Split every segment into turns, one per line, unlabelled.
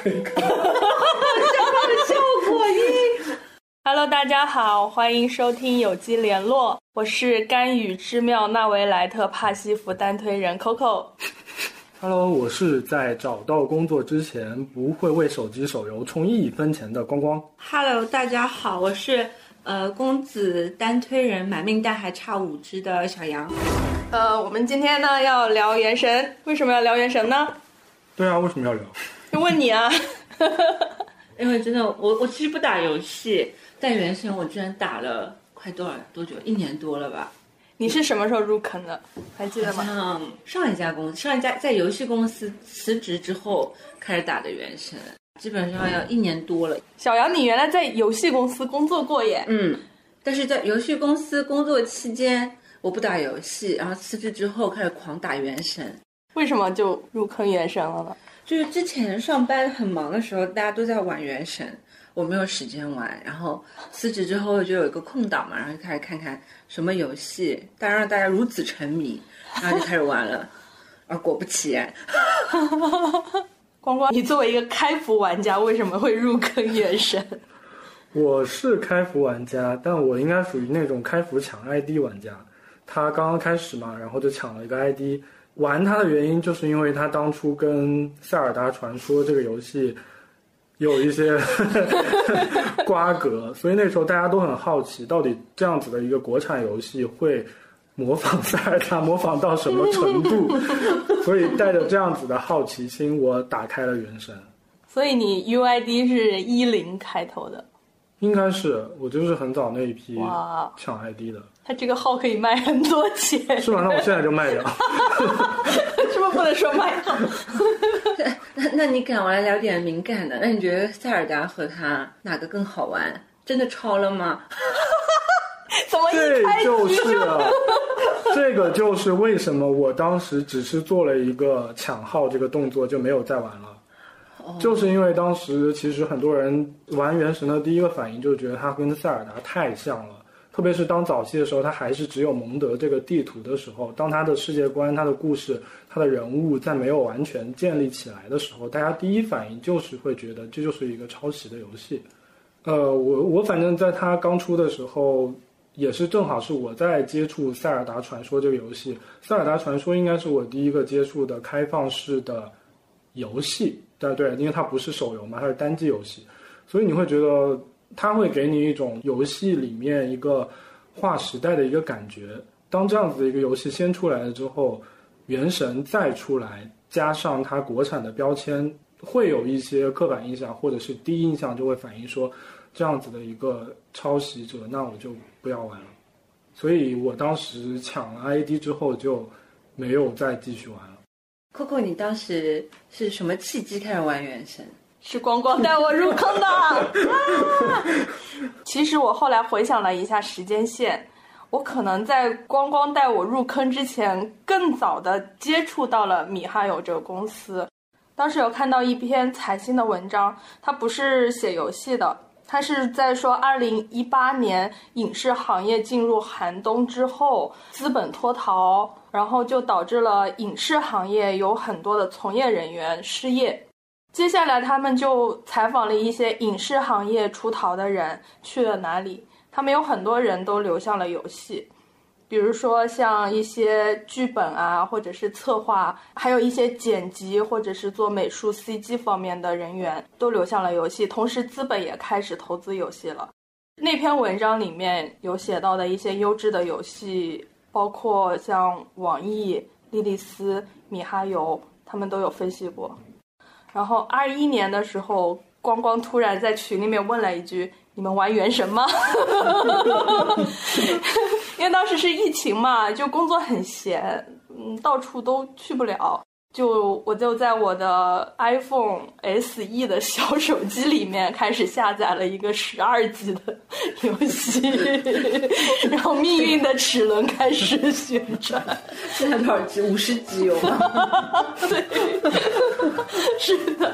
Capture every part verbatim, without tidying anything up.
可以看。
效果音。
Hello， 大家好，欢迎收听有机联络，我是甘雨之妙纳维莱特帕西弗单推人 Coco。Hello，
我是在找到工作之前不会为手机手游充一分钱的光光。
Hello， 大家好，我是呃公子单推人满命但还差五只的小杨。
呃，我们今天呢要聊原神，为什么要聊原神呢？
对啊，为什么要聊？
就问你啊。
因为真的，我我其实不打游戏，但原神我居然打了快多少多久？一年多了吧。
你是什么时候入坑的？还记得吗？
上上一家公司，上一家在游戏公司辞职之后开始打的原神，基本上要一年多了。
小杨，你原来在游戏公司工作过耶？
嗯，但是在游戏公司工作期间，我不打游戏，然后辞职之后开始狂打原神。
为什么就入坑原神了呢？
就是之前上班很忙的时候，大家都在玩原神，我没有时间玩，然后辞职之后就有一个空档嘛，然后就开始看看什么游戏，但让大家如此沉迷，然后就开始玩了。而果不其然，
光光，你作为一个开服玩家，为什么会入坑原神？
我是开服玩家，但我应该属于那种开服抢 I D 玩家。他刚刚开始嘛，然后就抢了一个 I D。玩它的原因就是因为它当初跟塞尔达传说这个游戏有一些瓜葛，所以那时候大家都很好奇，到底这样子的一个国产游戏会模仿塞尔达模仿到什么程度，所以带着这样子的好奇心，我打开了原神。
所以你 U I D 是一零开头的？
应该是，我就是很早那一批
哇
抢 I D 的。
他这个号可以卖很多钱，
是吗？那我现在就卖掉。
是不是不能说卖掉？
那那你敢我来聊点敏感的？那你觉得塞尔达和他哪个更好玩？真的超了吗？
怎么一开
这就是啊，这个就是为什么我当时只是做了一个抢号这个动作就没有再玩了。就是因为当时其实很多人玩原神的第一个反应就是觉得它跟塞尔达太像了，特别是当早期的时候，它还是只有蒙德这个地图的时候，当它的世界观、它的故事、它的人物在没有完全建立起来的时候，大家第一反应就是会觉得这就是一个抄袭的游戏。呃，我我反正在它刚出的时候，也是正好是我在接触塞尔达传说这个游戏。塞尔达传说应该是我第一个接触的开放式的游戏。对对，因为它不是手游嘛，它是单机游戏，所以你会觉得它会给你一种游戏里面一个划时代的一个感觉。当这样子的一个游戏先出来了之后，原神再出来，加上它国产的标签，会有一些刻板印象或者是第一印象就会反映说，这样子的一个抄袭者，那我就不要玩了。所以我当时抢了 I D 之后就没有再继续玩了。
Coco， 你当时是什么契机开始玩原神？
是光光带我入坑的。啊、其实我后来回想了一下时间线，我可能在光光带我入坑之前，更早的接触到了米哈游这个公司。当时有看到一篇财新的文章，它不是写游戏的，它是在说二零一八年影视行业进入寒冬之后，资本脱逃，然后就导致了影视行业有很多的从业人员失业。接下来他们就采访了一些影视行业出逃的人去了哪里，他们有很多人都流向了游戏，比如说像一些剧本啊，或者是策划，还有一些剪辑或者是做美术 C G 方面的人员都流向了游戏，同时资本也开始投资游戏了。那篇文章里面有写到的一些优质的游戏，包括像网易、莉莉丝、米哈游，他们都有分析过。然后二一年的时候，光光突然在群里面问了一句：“你们玩原神吗？”因为当时是疫情嘛，就工作很闲，嗯，到处都去不了。就我就在我的 iPhone S E 的小手机里面开始下载了一个十二 G 的游戏，然后命运的齿轮开始旋转。
现在多少 G？ 五十 G 有吗？
对，是的。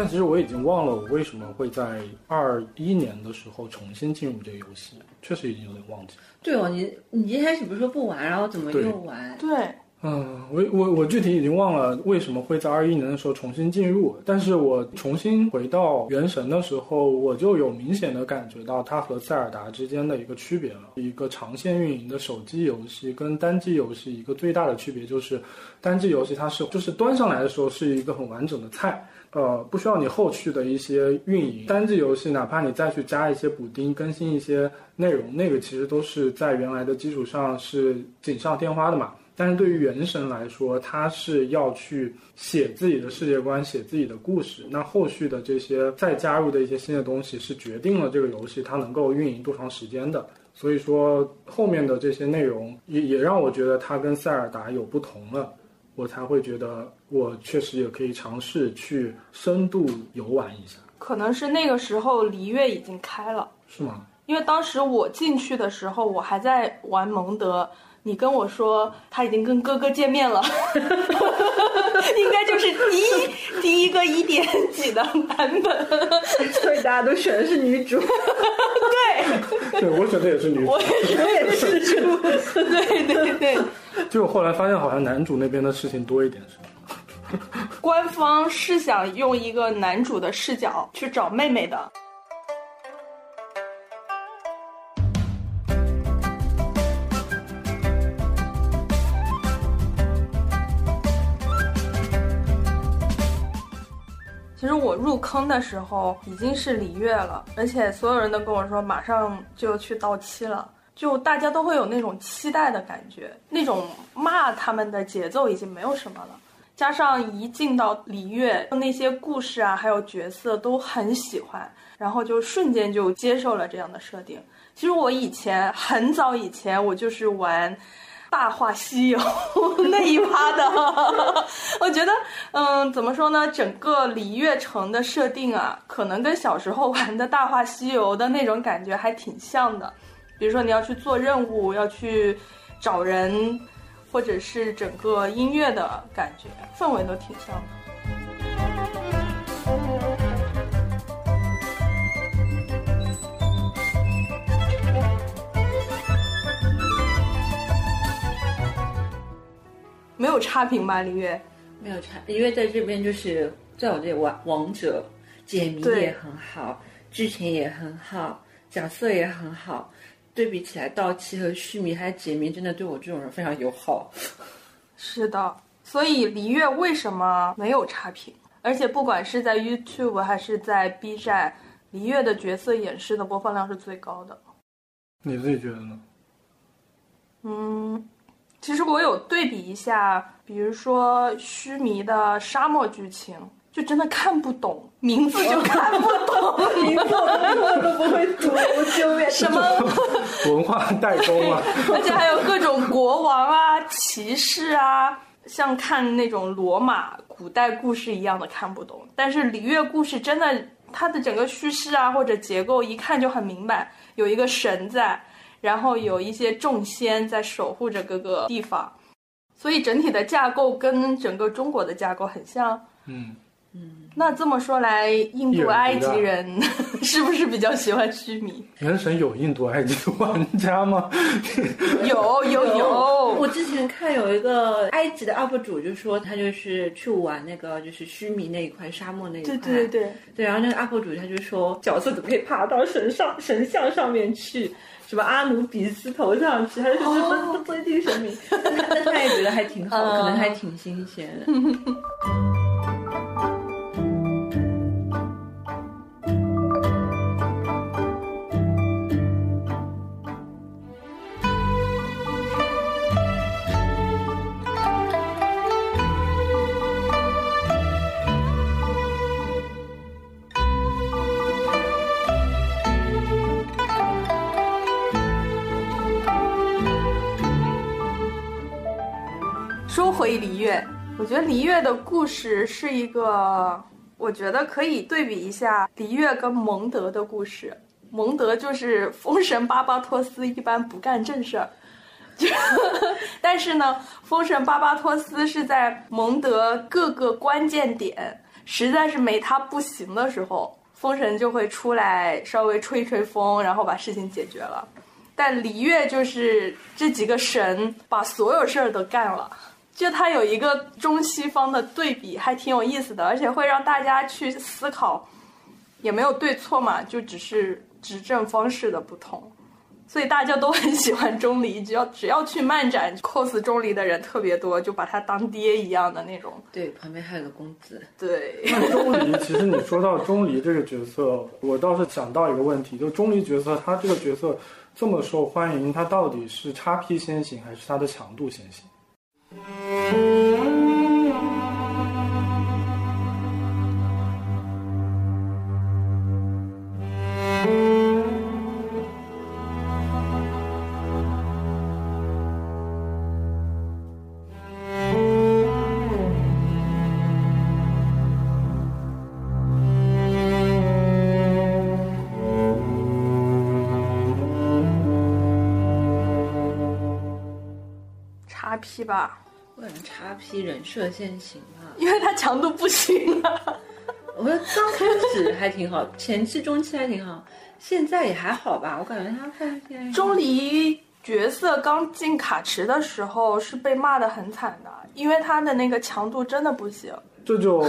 但其实我已经忘了我为什么会在二一年的时候重新进入这个游戏，确实已经有点忘记了。
对哦，你你一开始不是说不玩，然后怎么又玩？
对。
嗯，我我我具体已经忘了为什么会在二一年的时候重新进入，但是我重新回到原神的时候，我就有明显的感觉到它和塞尔达之间的一个区别了。一个长线运营的手机游戏跟单机游戏一个最大的区别就是，单机游戏它是就是端上来的时候是一个很完整的菜，呃，不需要你后续的一些运营。单机游戏哪怕你再去加一些补丁、更新一些内容，那个其实都是在原来的基础上是锦上添花的嘛。但是对于原神来说，它是要去写自己的世界观，写自己的故事，那后续的这些再加入的一些新的东西是决定了这个游戏它能够运营多长时间的。所以说后面的这些内容也也让我觉得它跟塞尔达有不同了，我才会觉得我确实也可以尝试去深度游玩一下。
可能是那个时候璃月已经开了。
是吗？
因为当时我进去的时候我还在玩蒙德，你跟我说他已经跟哥哥见面了应该就是第一第一个一点几的版本
所以大家都选的是女主
对
对，我选的也是女主，
我也是女主对对对，
就后来发现好像男主那边的事情多一点，是吧？
官方是想用一个男主的视角去找妹妹的。其实我入坑的时候已经是璃月了，而且所有人都跟我说马上就去到期了，就大家都会有那种期待的感觉，那种骂他们的节奏已经没有什么了。加上一进到璃月，那些故事啊还有角色都很喜欢，然后就瞬间就接受了这样的设定。其实我以前很早以前我就是玩大话西游那一趴的我觉得嗯，怎么说呢，整个璃月城的设定啊可能跟小时候玩的大话西游的那种感觉还挺像的。比如说你要去做任务，要去找人，或者是整个音乐的感觉氛围都挺像的。没有差评吧？璃月
没有差，璃月在这边就是在我这里玩王者，解谜也很好，剧情也很好，角色也很好。对比起来，道期和须弥还有解谜，真的对我这种人非常友好。
是的，所以璃月为什么没有差评？而且不管是在 YouTube 还是在 B 站，璃月的角色演示的播放量是最高的。
你自己觉得呢？
嗯。其实我有对比一下，比如说须弥的沙漠剧情，就真的看不懂，名字就看不懂，
名字我都不会读，救命！
什么
文化代沟啊？
而且还有各种国王啊、骑士啊，像看那种罗马古代故事一样的看不懂。但是璃月故事真的，它的整个叙事啊或者结构一看就很明白，有一个神在。然后有一些众仙在守护着各个地方，所以整体的架构跟整个中国的架构很像。
嗯
嗯，
那这么说来，印度埃及人是不是比较喜欢须弥？
原神有印度埃及的玩家吗？
有有有，
我之前看有一个埃及的 U P 主就说他就是去玩那个就是须弥那一块沙漠那一块，
对对对
对，然后那个 U P 主他就说角色怎么可以爬到神上神像上面去？什么阿努比斯头上去，他就说不不一定神明，但他也觉得还挺好，可能还挺新鲜的。
说回璃月，我觉得璃月的故事是一个，我觉得可以对比一下璃月跟蒙德的故事。蒙德就是风神巴巴托斯一般不干正事儿，但是呢，风神巴巴托斯是在蒙德各个关键点实在是没他不行的时候，风神就会出来稍微吹吹风，然后把事情解决了。但璃月就是这几个神把所有事儿都干了，就它有一个中西方的对比，还挺有意思的，而且会让大家去思考，也没有对错嘛，就只是执政方式的不同。所以大家都很喜欢钟离，只要只要去漫展 cos 钟离的人特别多，就把他当爹一样的那种。
对，旁边还有个公子。
对。
那钟离，其实你说到钟离这个角色，我倒是想到一个问题，就钟离角色，他这个角色这么受欢迎，他到底是 X P 先行还是他的强度先行？
P 吧，
为什么 X P 人设先行啊？
因为他强度不行啊。
我觉得刚开始还挺好，前期中期还挺好，现在也还好吧。我感觉他看现在
钟离角色刚进卡池的时候是被骂得很惨的，因为他的那个强度真的不行。
这就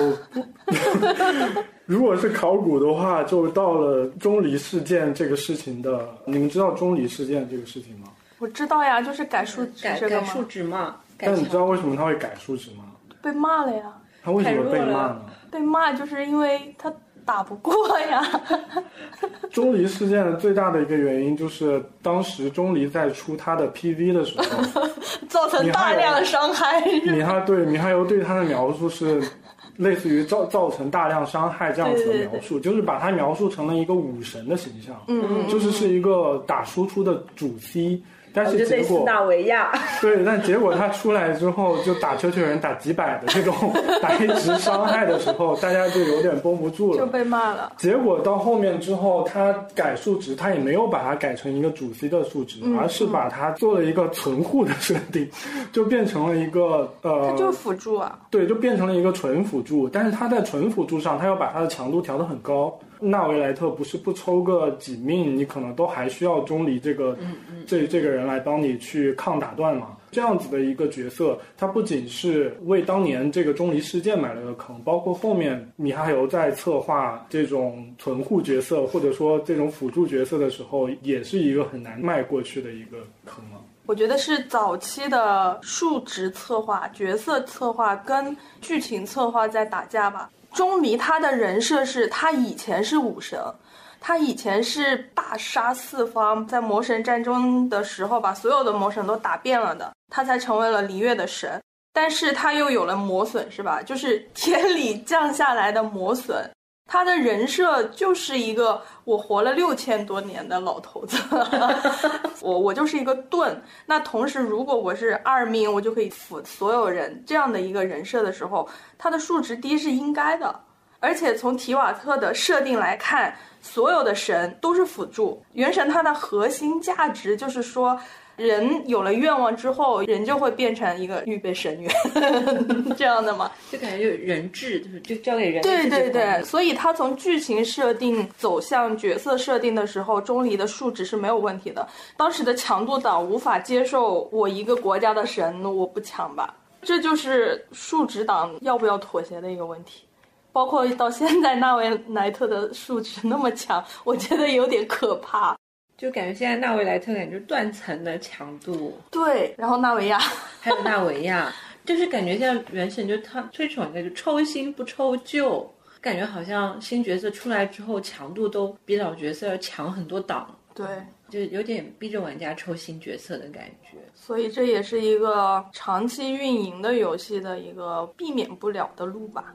如果是考古的话，就到了钟离事件这个事情的。你们知道钟离事件这个事情吗？
我知道呀，就是改数值
改
这个吗？
改数值嘛。
但你知道为什么他会改数值吗？
被骂了呀。
他为什么被骂呢？
被骂就是因为他打不过呀。
钟离事件的最大的一个原因就是当时钟离在出他的 P V 的时候
造成大量伤害。
米哈对米哈游对他的描述是类似于造造成大量伤害这样子的描述，
对对对，
就是把他描述成了一个武神的形象，
嗯，
就是是一个打输出的主 C。但是结果
纳维亚
对，但结果他出来之后就打球球人打几百的这种打一值伤害的时候，大家就有点绷不住了，
就被骂了。
结果到后面之后，他改数值，他也没有把它改成一个主 C 的数值，
嗯、
而是把它做了一个存护的设定，就变成了一个呃，
它就是辅助啊。对，
就变成了一个纯辅助，但是他在纯辅助上，他要把它的强度调得很高。纳维莱特不是不抽个几命，你可能都还需要钟离这个、
嗯嗯、
这这个人来帮你去抗打断嘛。这样子的一个角色，他不仅是为当年这个钟离事件买了个坑，包括后面米哈游在策划这种存护角色或者说这种辅助角色的时候，也是一个很难迈过去的一个坑了。
我觉得是早期的数值策划、角色策划跟剧情策划在打架吧。钟离他的人设是他以前是武神，他以前是大杀四方，在魔神战争的时候把所有的魔神都打遍了的，他才成为了璃月的神。但是他又有了魔损，是吧？就是天里降下来的魔损。他的人设就是一个我活了六千多年的老头子，我我就是一个盾。那同时，如果我是二命，我就可以辅所有人，这样的一个人设的时候，他的数值低是应该的。而且从提瓦特的设定来看，所有的神都是辅助。原神它的核心价值就是说，人有了愿望之后，人就会变成一个预备神元这样的嘛，
就感觉就人质，就是就交给人。
对对对，所以他从剧情设定走向角色设定的时候，钟离的数值是没有问题的。当时的强度党无法接受我一个国家的神我不强吧，这就是数值党要不要妥协的一个问题。包括到现在纳维莱特的数值那么强，我觉得有点可怕。
就感觉现在纳维莱特感觉断层的强度，
对，然后纳维亚
还有纳维亚，就是感觉像原神就他推崇一个就抽新不抽旧，感觉好像新角色出来之后强度都比老角色要强很多档，
对，
就有点逼着玩家抽新角色的感觉。
所以这也是一个长期运营的游戏的一个避免不了的路吧。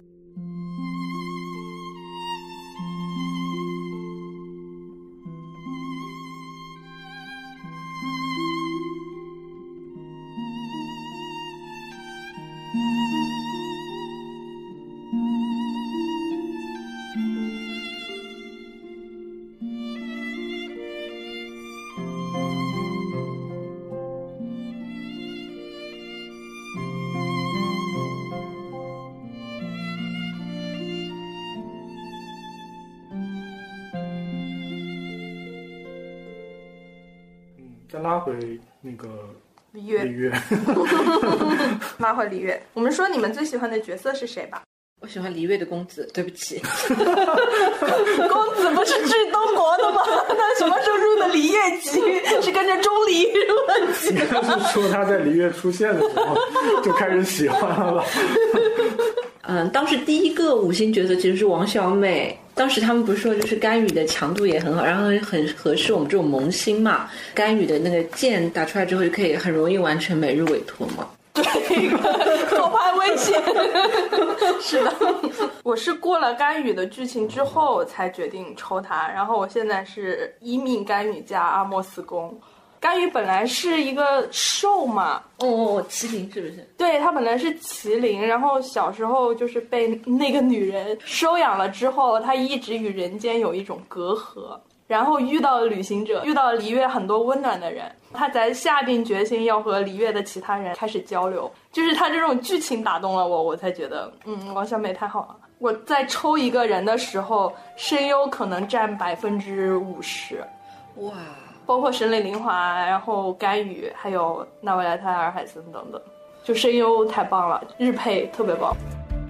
再拉回那个
璃月，
璃月
拉回璃月。我们说你们最喜欢的角色是谁吧？
我喜欢璃月的公子，对不起。
公子不是去东国的吗？那什么时候入的璃月集？是跟着钟离入的集？
应该是说他在璃月出现的时候就开始喜欢了吧？
嗯，当时第一个五星角色其实是王小美。当时他们不是说就是甘雨的强度也很好，然后很合适我们这种萌新嘛。甘雨的那个剑打出来之后就可以很容易完成每日委托嘛。
对，偷拍危险。是的，我是过了甘雨的剧情之后才决定抽他，然后我现在是一命甘雨加阿莫斯宫。甘雨本来是一个兽嘛，
哦哦，麒麟是不是？
对，他本来是麒麟，然后小时候就是被那个女人收养了之后，他一直与人间有一种隔阂，然后遇到了旅行者，遇到了璃月很多温暖的人，他才下定决心要和璃月的其他人开始交流。就是他这种剧情打动了我，我才觉得嗯，王小美太好了。我在抽一个人的时候，声优可能占百分之五十，
哇，
包括神磊玲华，然后甘雨，还有纳维莱泰尔海森等等，就声优太棒了，日配特别棒。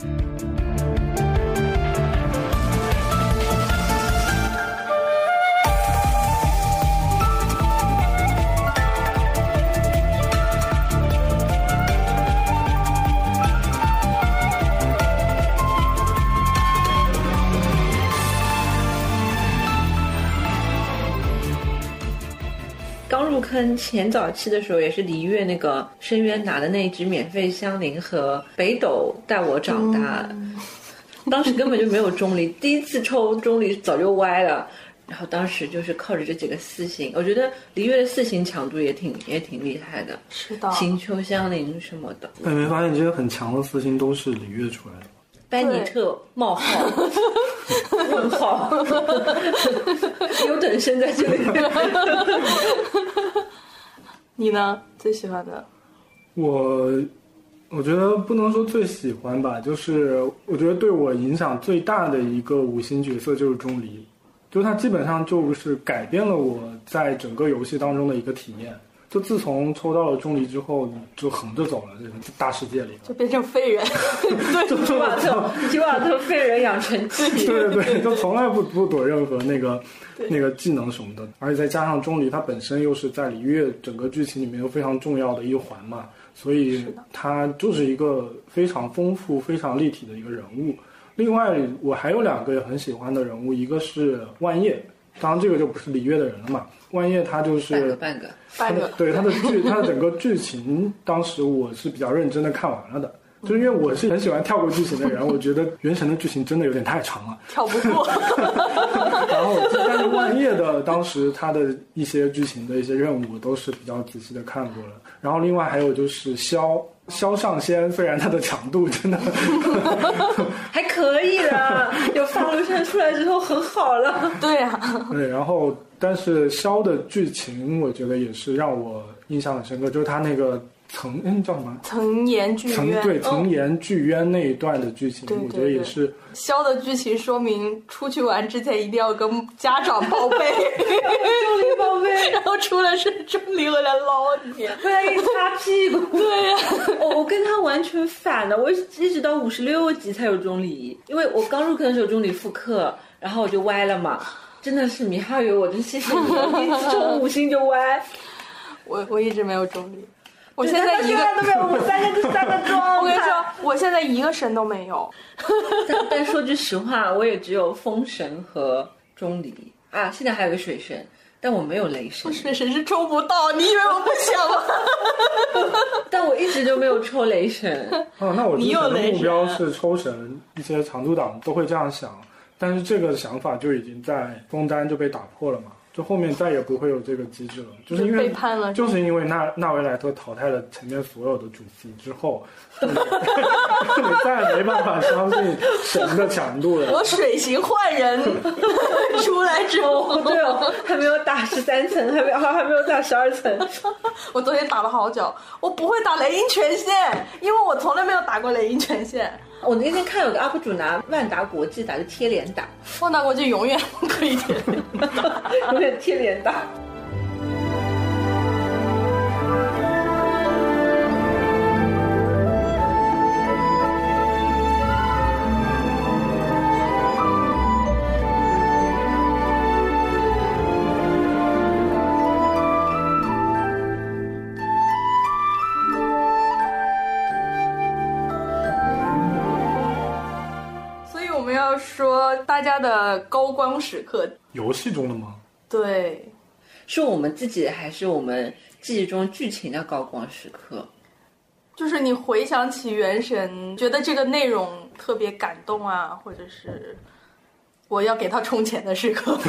刚入坑前早期的时候，也是璃月那个深渊拿的那一只免费香菱和北斗带我长大，嗯、当时根本就没有钟离，第一次抽钟离早就歪了，然后当时就是靠着这几个四星，我觉得璃月的四星强度也挺也挺厉害的，
是的，
星丘香菱什么的。
你没发现这些很强的四星都是璃月出来的？
班尼特冒号问号优等生在这里。
你呢？最喜欢的？
我我觉得不能说最喜欢吧，就是我觉得对我影响最大的一个五星角色就是钟离，就他基本上就是改变了我在整个游戏当中的一个体验。就自从抽到了钟离之后，就横着走了这个大世界里，
就变成废人。
对，提瓦特，提瓦特废人养成器。
对对对，就从来不不躲任何那个那个技能什么的，而且再加上钟离他本身又是在璃月整个剧情里面又非常重要的一环嘛，所以他就是一个非常丰富、非常立体的一个人物。另外，我还有两个也很喜欢的人物，一个是万叶。当然，这个就不是璃月的人了嘛。万叶他就是
半个半个
半个，
对他的剧，他的整个剧情，当时我是比较认真的看完了的。就是因为我是很喜欢跳过剧情的人，我觉得原神的剧情真的有点太长了，
跳不过。
然后，但是万叶的当时他的一些剧情的一些任务，我都是比较仔细的看过了。然后，另外还有就是萧萧上仙，虽然他的强度真的
还可以啦，有发路山出来之后很好了。
对啊，
对，然后但是萧的剧情，我觉得也是让我印象很深刻，就是他那个。层嗯叫什么？
层岩巨渊，
对，层岩巨渊那一段的剧情，
哦、
我觉得也是。
萧的剧情说明，出去玩之前一定要跟家长报备，
钟离报备，
然后出了事，钟离回来捞你，
回来给你擦屁股。
对呀、
啊，我我跟他完全反了，我一直到五十六集才有钟离，因为我刚入坑的时候钟离复刻，然后我就歪了嘛。真的是米哈游，我真谢谢你，第一次抽五星就歪。
我我一直没有钟离。我现在一个
都没有，我们三个就三个装。
我跟你说，我现在一个神都没有。
但但说句实话，我也只有风神和钟离啊，现在还有个水神，但我没有雷神。
水神是抽不到，你以为我不想吗？
但我一直就没有抽雷神。
哦，那我之前的目标是抽神，一些长度党都会这样想，但是这个想法就已经在枫丹就被打破了嘛。就后面再也不会有这个机制了，就是因为
背叛了，
就是因为纳纳维莱特淘汰了前面所有的主题之后，你再也没办法相信神的强度了。
我水行换人出来之后，
哦对哦，还没有打十三层，还没有还没有打十二层。
我昨天打了好久，我不会打雷音权限，因为我从来没有打过雷音权限。
我那天看有个 U P 主拿万达国际打，就贴脸打，
万达国际永远可以贴脸打，
永远贴脸打。
说大家的高光时刻。
游戏中的吗？
对，
是我们自己还是我们记忆中剧情的高光时刻？
就是你回想起原神，觉得这个内容特别感动啊，或者是我要给他充钱的时刻。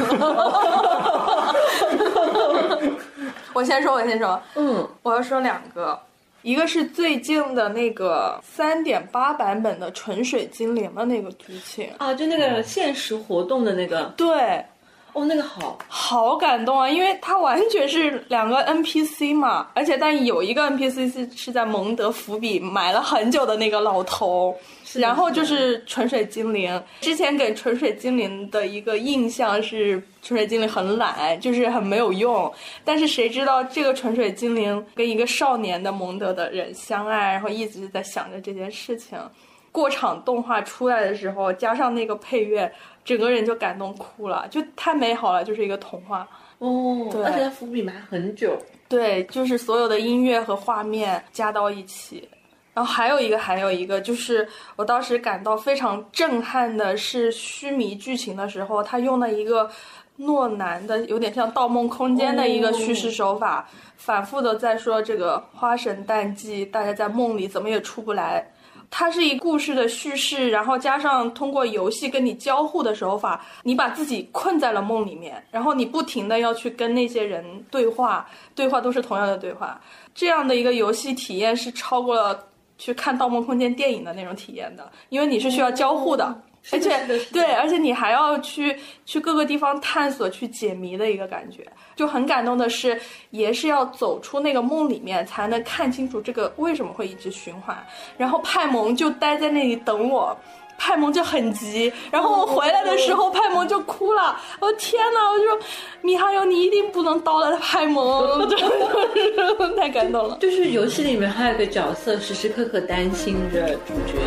我先说，我先说，
嗯，
我要说两个，一个是最近的那个 三点八 版本的纯水精灵的那个剧情
啊，就那个限时活动的那个，
对。
哦，那个好
好感动啊，因为它完全是两个 N P C 嘛，而且但有一个 N P C 是是在蒙德伏笔埋了很久的那个老头，然后就是纯水精灵。之前给纯水精灵的一个印象是纯水精灵很懒，就是很没有用，但是谁知道这个纯水精灵跟一个少年的蒙德的人相爱，然后一直在想着这件事情。过场动画出来的时候，加上那个配乐，整个人就感动哭了，就太美好了，就是一个童话
哦。
对，
而且它伏笔埋很久。
对，就是所有的音乐和画面加到一起。然后还有一个，还有一个，就是我当时感到非常震撼的是须弥剧情的时候，他用了一个诺兰的有点像《盗梦空间》的一个叙事手法，哦、反复的在说这个花神淡季，大家在梦里怎么也出不来。它是一故事的叙事，然后加上通过游戏跟你交互的手法，你把自己困在了梦里面，然后你不停的要去跟那些人对话，对话都是同样的对话。这样的一个游戏体验是超过了去看《盗梦空间》电影的那种体验的，因为你是需要交互的。哦，而且对，而且你还要去去各个地方探索、去解谜的一个感觉，就很感动的是，也是要走出那个梦里面，才能看清楚这个为什么会一直循环。然后派蒙就待在那里等我，派蒙就很急，然后我回来的时候，派蒙就哭了。我天哪！我就说米哈游，你一定不能刀了派蒙，就是太感动了。
就是游戏里面还有个角色，时时刻刻担心着主角。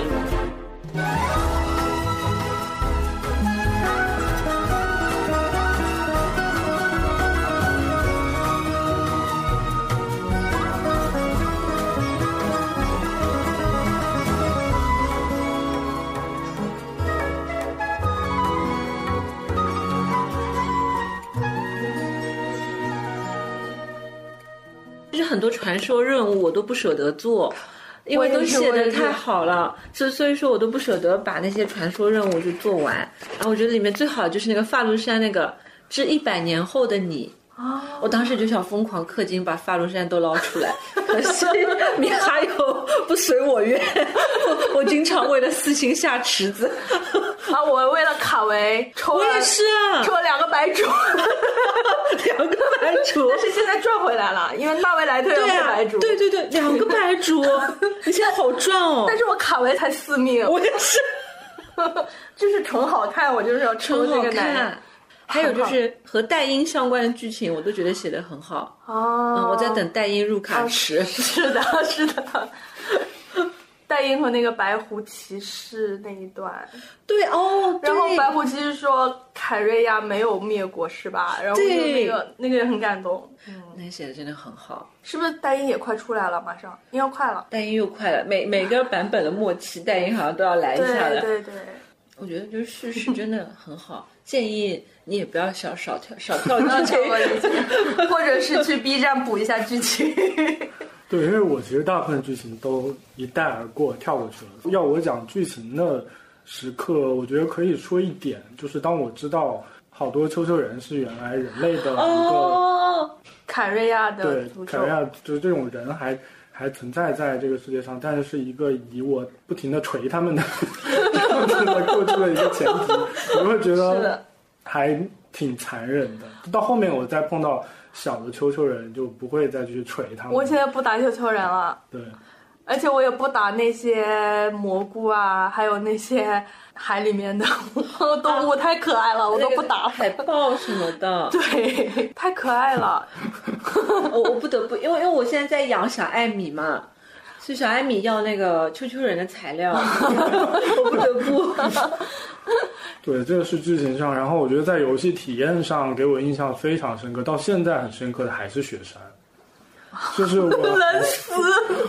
就是很多传说任务我都不舍得做，因为都写得太好了，所以所以说我都不舍得把那些传说任务就做完。然后我觉得里面最好的就是那个发露山那个致一百年后的你。啊！我当时就想疯狂氪金把发露山都捞出来，可惜米哈游不随我愿，我, 我经常为了私心下池子。
啊！我为了卡维抽了，
我也是啊，
抽了两个白主，
两个白主，
但是现在赚回来了，因为纳维莱特有个白主，
对、啊、对对对，两个白主，你现在好赚哦。
但是我卡维才四命，
我也是，
就是纯好看，我就是要抽这个男。
还有就是和代音相关的剧情，我都觉得写得很好。
哦、
嗯，我在等代音入卡池。
啊、是的，是的。代音和那个白狐骑士那一段，
对哦，
然后白狐骑士说凯瑞亚没有灭国是吧？然后就那个那个也很感动。
嗯，那写的真的很好。
是不是代音也快出来了？马上应该快了。
代音又快了，每每个版本的末期代音好像都要来一下的。
对对对。
我觉得就是叙事真的很好，建议你也不要少少跳少跳剧情，
或者是去 B 站补一下剧情。
对，因为我其实大部分剧情都一带而过跳过去了。要我讲剧情的时刻，我觉得可以说一点，就是当我知道好多丘丘人是原来人类的一个、
哦、凯瑞亚的
对凯瑞亚，就是这种人还还存在在这个世界上，但是是一个以我不停的锤他们的这样子的过去的一个前提，我会觉得还挺残忍的。到后面我再碰到小的丘丘人，就不会再去锤他们。
我现在不打丘丘人了，
对，
而且我也不打那些蘑菇啊，还有那些海里面的动物，太可爱了，我都不打。
海豹什么的，
对，太可爱了。
我我不得不，因为因为我现在在养小艾米嘛，所以小艾米要那个丘丘人的材料，我不得不。
对，这个是剧情上，然后我觉得在游戏体验上给我印象非常深刻，到现在很深刻的还是雪山。就是我
冷死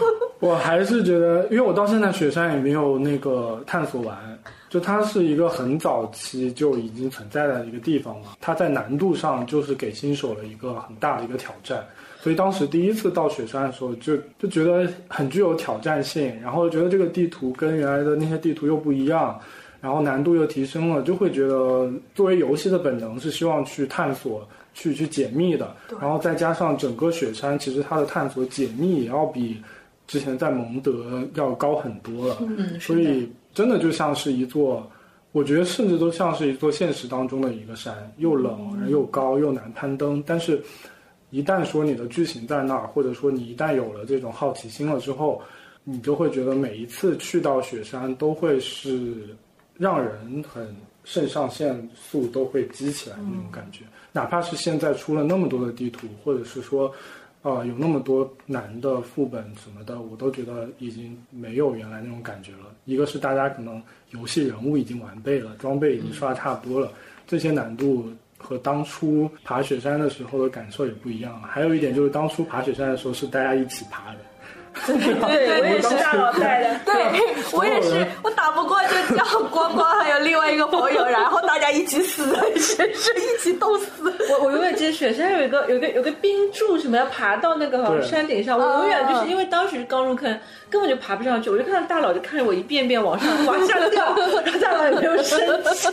我还是觉得，因为我到现在雪山也没有那个探索完，就它是一个很早期就已经存在的一个地方嘛，它在难度上就是给新手了一个很大的一个挑战。所以当时第一次到雪山的时候就就觉得很具有挑战性，然后觉得这个地图跟原来的那些地图又不一样，然后难度又提升了，就会觉得作为游戏的本能是希望去探索去去解密的，然后再加上整个雪山其实它的探索解密也要比之前在蒙德要高很多了，
嗯，
所以真的就像是一座，我觉得甚至都像是一座现实当中的一个山，又冷又高又难攀登，但是一旦说你的剧情在那儿，或者说你一旦有了这种好奇心了之后，你就会觉得每一次去到雪山都会是让人很肾上腺素都会激起来的那种感觉，嗯，哪怕是现在出了那么多的地图，或者是说呃，有那么多难的副本什么的，我都觉得已经没有原来那种感觉了。一个是大家可能游戏人物已经完备了，装备已经刷差不多了，这些难度和当初爬雪山的时候的感受也不一样。还有一点就是当初爬雪山的时候是大家一起爬的。
对对，我也是大佬带的。
对，我也是，我打不过就叫光光还有另外一个朋友，然后大家一起死，是是一起都死。
我我永远记得雪山有一个有一个有个冰柱什么要爬到那个山顶上，我永远就是因为当时刚入坑，根本就爬不上去，我就看到大佬就看着我一遍遍往上往下掉，然后大佬也没有生气。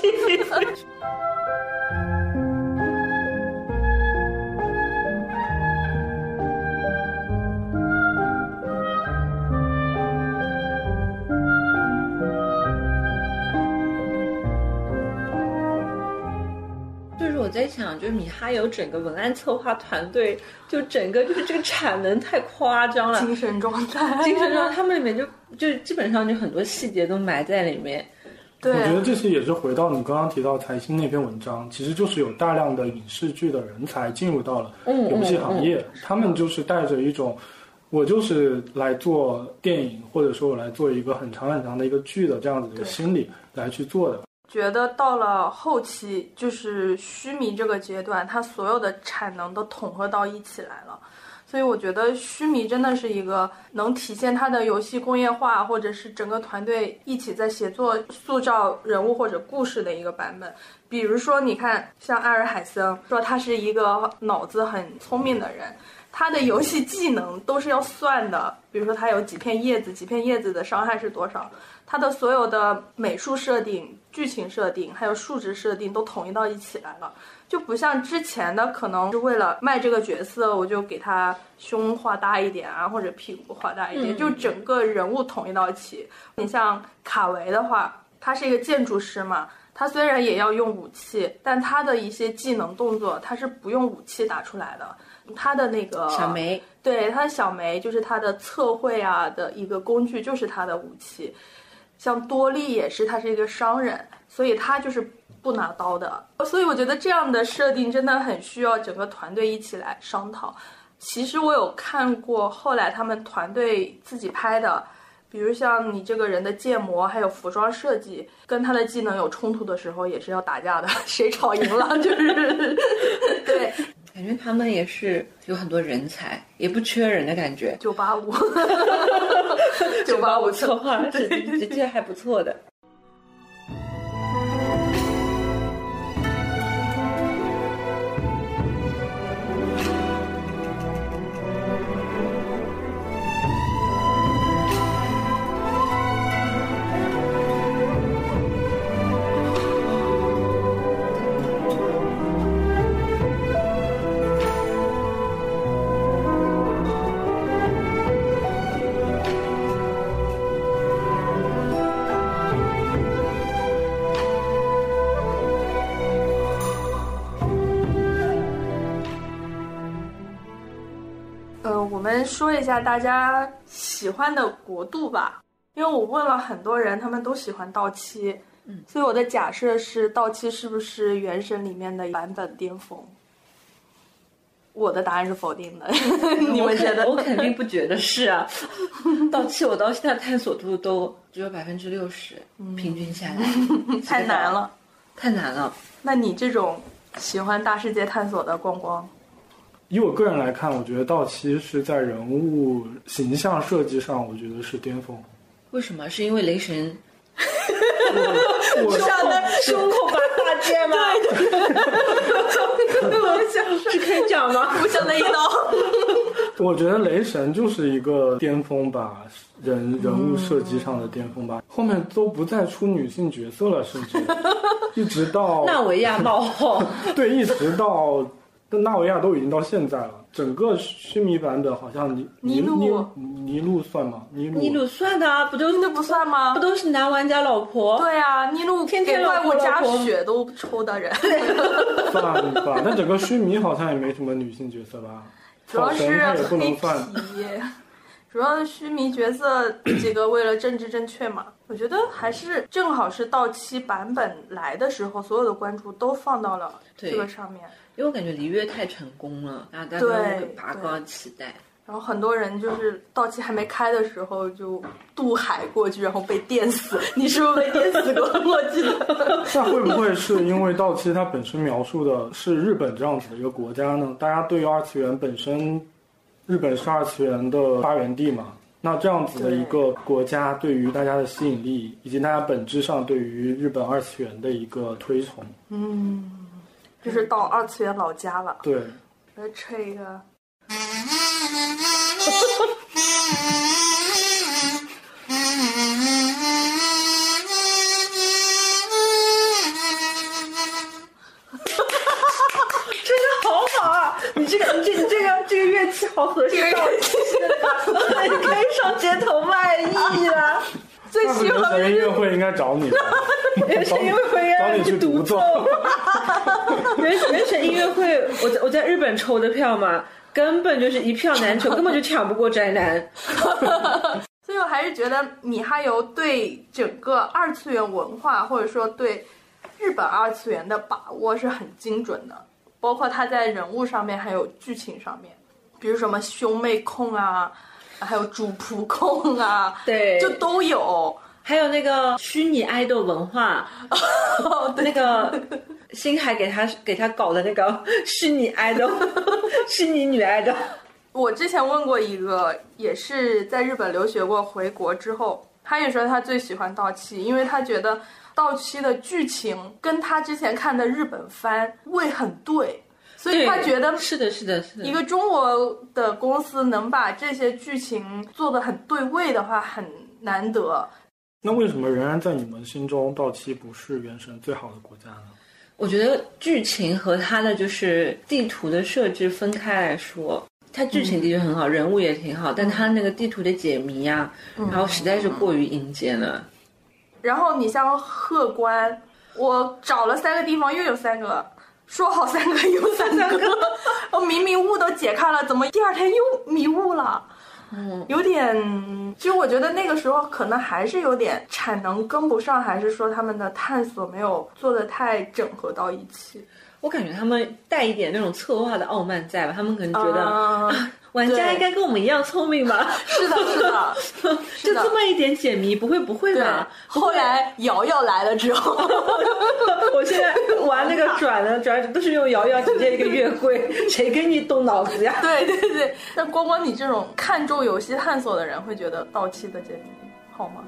我在想，就是米哈游整个文案策划团队，就整个就是这个产能太夸张了，
精神状态，
精神状态，他们里面就就基本上就很多细节都埋在里面。
对，
我觉得这些也是回到你刚刚提到财新那篇文章，其实就是有大量的影视剧的人才进入到了游戏行业，嗯嗯嗯，他们就是带着一种我就是来做电影，或者说我来做一个很长很长的一个剧的这样子的心理来去做的。
觉得到了后期，就是须弥这个阶段，它所有的产能都统合到一起来了，所以我觉得须弥真的是一个能体现它的游戏工业化，或者是整个团队一起在协作塑造人物或者故事的一个版本。比如说你看像阿尔海森，说他是一个脑子很聪明的人，他的游戏技能都是要算的，比如说他有几片叶子，几片叶子的伤害是多少，他的所有的美术设定、剧情设定还有数值设定都统一到一起来了，就不像之前的可能是为了卖这个角色，我就给他胸画大一点啊，或者屁股画大一点，嗯，就整个人物统一到一起。你像卡维的话，他是一个建筑师嘛，他虽然也要用武器，但他的一些技能动作他是不用武器打出来的。他的那个
小梅，
对，他的小梅就是他的测绘啊的一个工具，就是他的武器。像多利也是，他是一个商人，所以他就是不拿刀的。所以我觉得这样的设定真的很需要整个团队一起来商讨。其实我有看过后来他们团队自己拍的，比如像你这个人的建模还有服装设计跟他的技能有冲突的时候也是要打架的，谁吵赢了就是对，
感觉他们也是有很多人才，也不缺人的感觉。
九八五
九八五策划这这还不错的。
说一下大家喜欢的国度吧，因为我问了很多人，他们都喜欢到期，嗯，所以我的假设是到期是不是原神里面的版本巅峰？我的答案是否定的。你们觉得？
我肯定不觉得是啊。到期我到现在探索度都只有百分之六十，平均下来
太难了，
太难了。
那你这种喜欢大世界探索的光光？
以我个人来看，我觉得到期是在人物形象设计上，我觉得是巅峰。
为什么？是因为雷神
我我
上的胸口拔大剑吗？
对对对，我想
是可以讲吗？
我想了一刀。
我觉得雷神就是一个巅峰吧，人人物设计上的巅峰吧。后面都不再出女性角色了，甚至一直到
纳维亚冒号，
对，一直到纳维亚都已经到现在了。整个须弥版本好像尼
尼禄
尼尼禄算吗？尼禄
尼禄算的啊，不都
那不算吗？
不都是男玩家老婆？
对啊，尼禄
天天
给怪物加
老婆
血都抽的人。
算吧，但整个须弥好像也没什么女性角色吧？
主要是
他也不能算。
黑皮，主要是须弥角色几个为了政治正确嘛，我觉得还是正好是到期版本来的时候，所有的关注都放到了这个上面。
因为我感觉璃月太成功了，然后大家都会拔高期待。
然后很多人就是到期还没开的时候就渡海过去，然后被电死。你是不是被电死过？我记得。
那会不会是因为到期它本身描述的是日本这样子的一个国家呢？大家对于二次元本身，日本是二次元的发源地嘛？那这样子的一个国家对于大家的吸引力，以及大家本质上对于日本二次元的一个推崇，
嗯，就是到二次元老家了。
对，
来吹一个。
真的好好啊！你这个你这你这个这个乐器好合适啊！你可以上街头卖艺了。
最
那
喜欢
原神音乐会应该找你的，
原神音乐会应
找你
该去独
去独奏。
原原神音乐会，我在我在日本抽的票嘛，根本就是一票难求，根本就抢不过宅男。
所以我还是觉得米哈游对整个二次元文化，或者说对日本二次元的把握是很精准的，包括他在人物上面还有剧情上面，比如什么兄妹控啊，还有主仆控啊，
对，
就都有。
还有那个虚拟爱豆文化，那个星海给他给他搞的那个虚拟爱豆，虚拟女爱豆。
我之前问过一个，也是在日本留学过，回国之后，他也说他最喜欢到期，因为他觉得到期的剧情跟他之前看的日本番味很对，所以他觉得
是的，是的，是的。
一个中国的公司能把这些剧情做得很对味的话，很难得。
那为什么仍然在你们心中到期不是原神最好的国家呢？
我觉得剧情和它的就是地图的设置分开来说，它剧情的确很好，嗯、人物也挺好，但它那个地图的解谜啊，嗯、然后实在是过于阴间了。
然后你像鹤关，我找了三个地方，又有三个，说好三个有三个，我明明雾都解开了，怎么第二天又迷雾了？嗯，有点，其实我觉得那个时候可能还是有点产能跟不上，还是说他们的探索没有做得太整合到一起。
我感觉他们带一点那种策划的傲慢在吧，他们可能觉得、
呃
啊、玩家应该跟我们一样聪明吧？
是的，是的，
就这么一点解谜，不会不会吧？
后来瑶瑶来了之后，
我现在玩那个转的转都是用瑶瑶直接一个月桂，谁跟你动脑子呀？
对对对，那光光你这种看重游戏探索的人，会觉得到期的解谜好吗？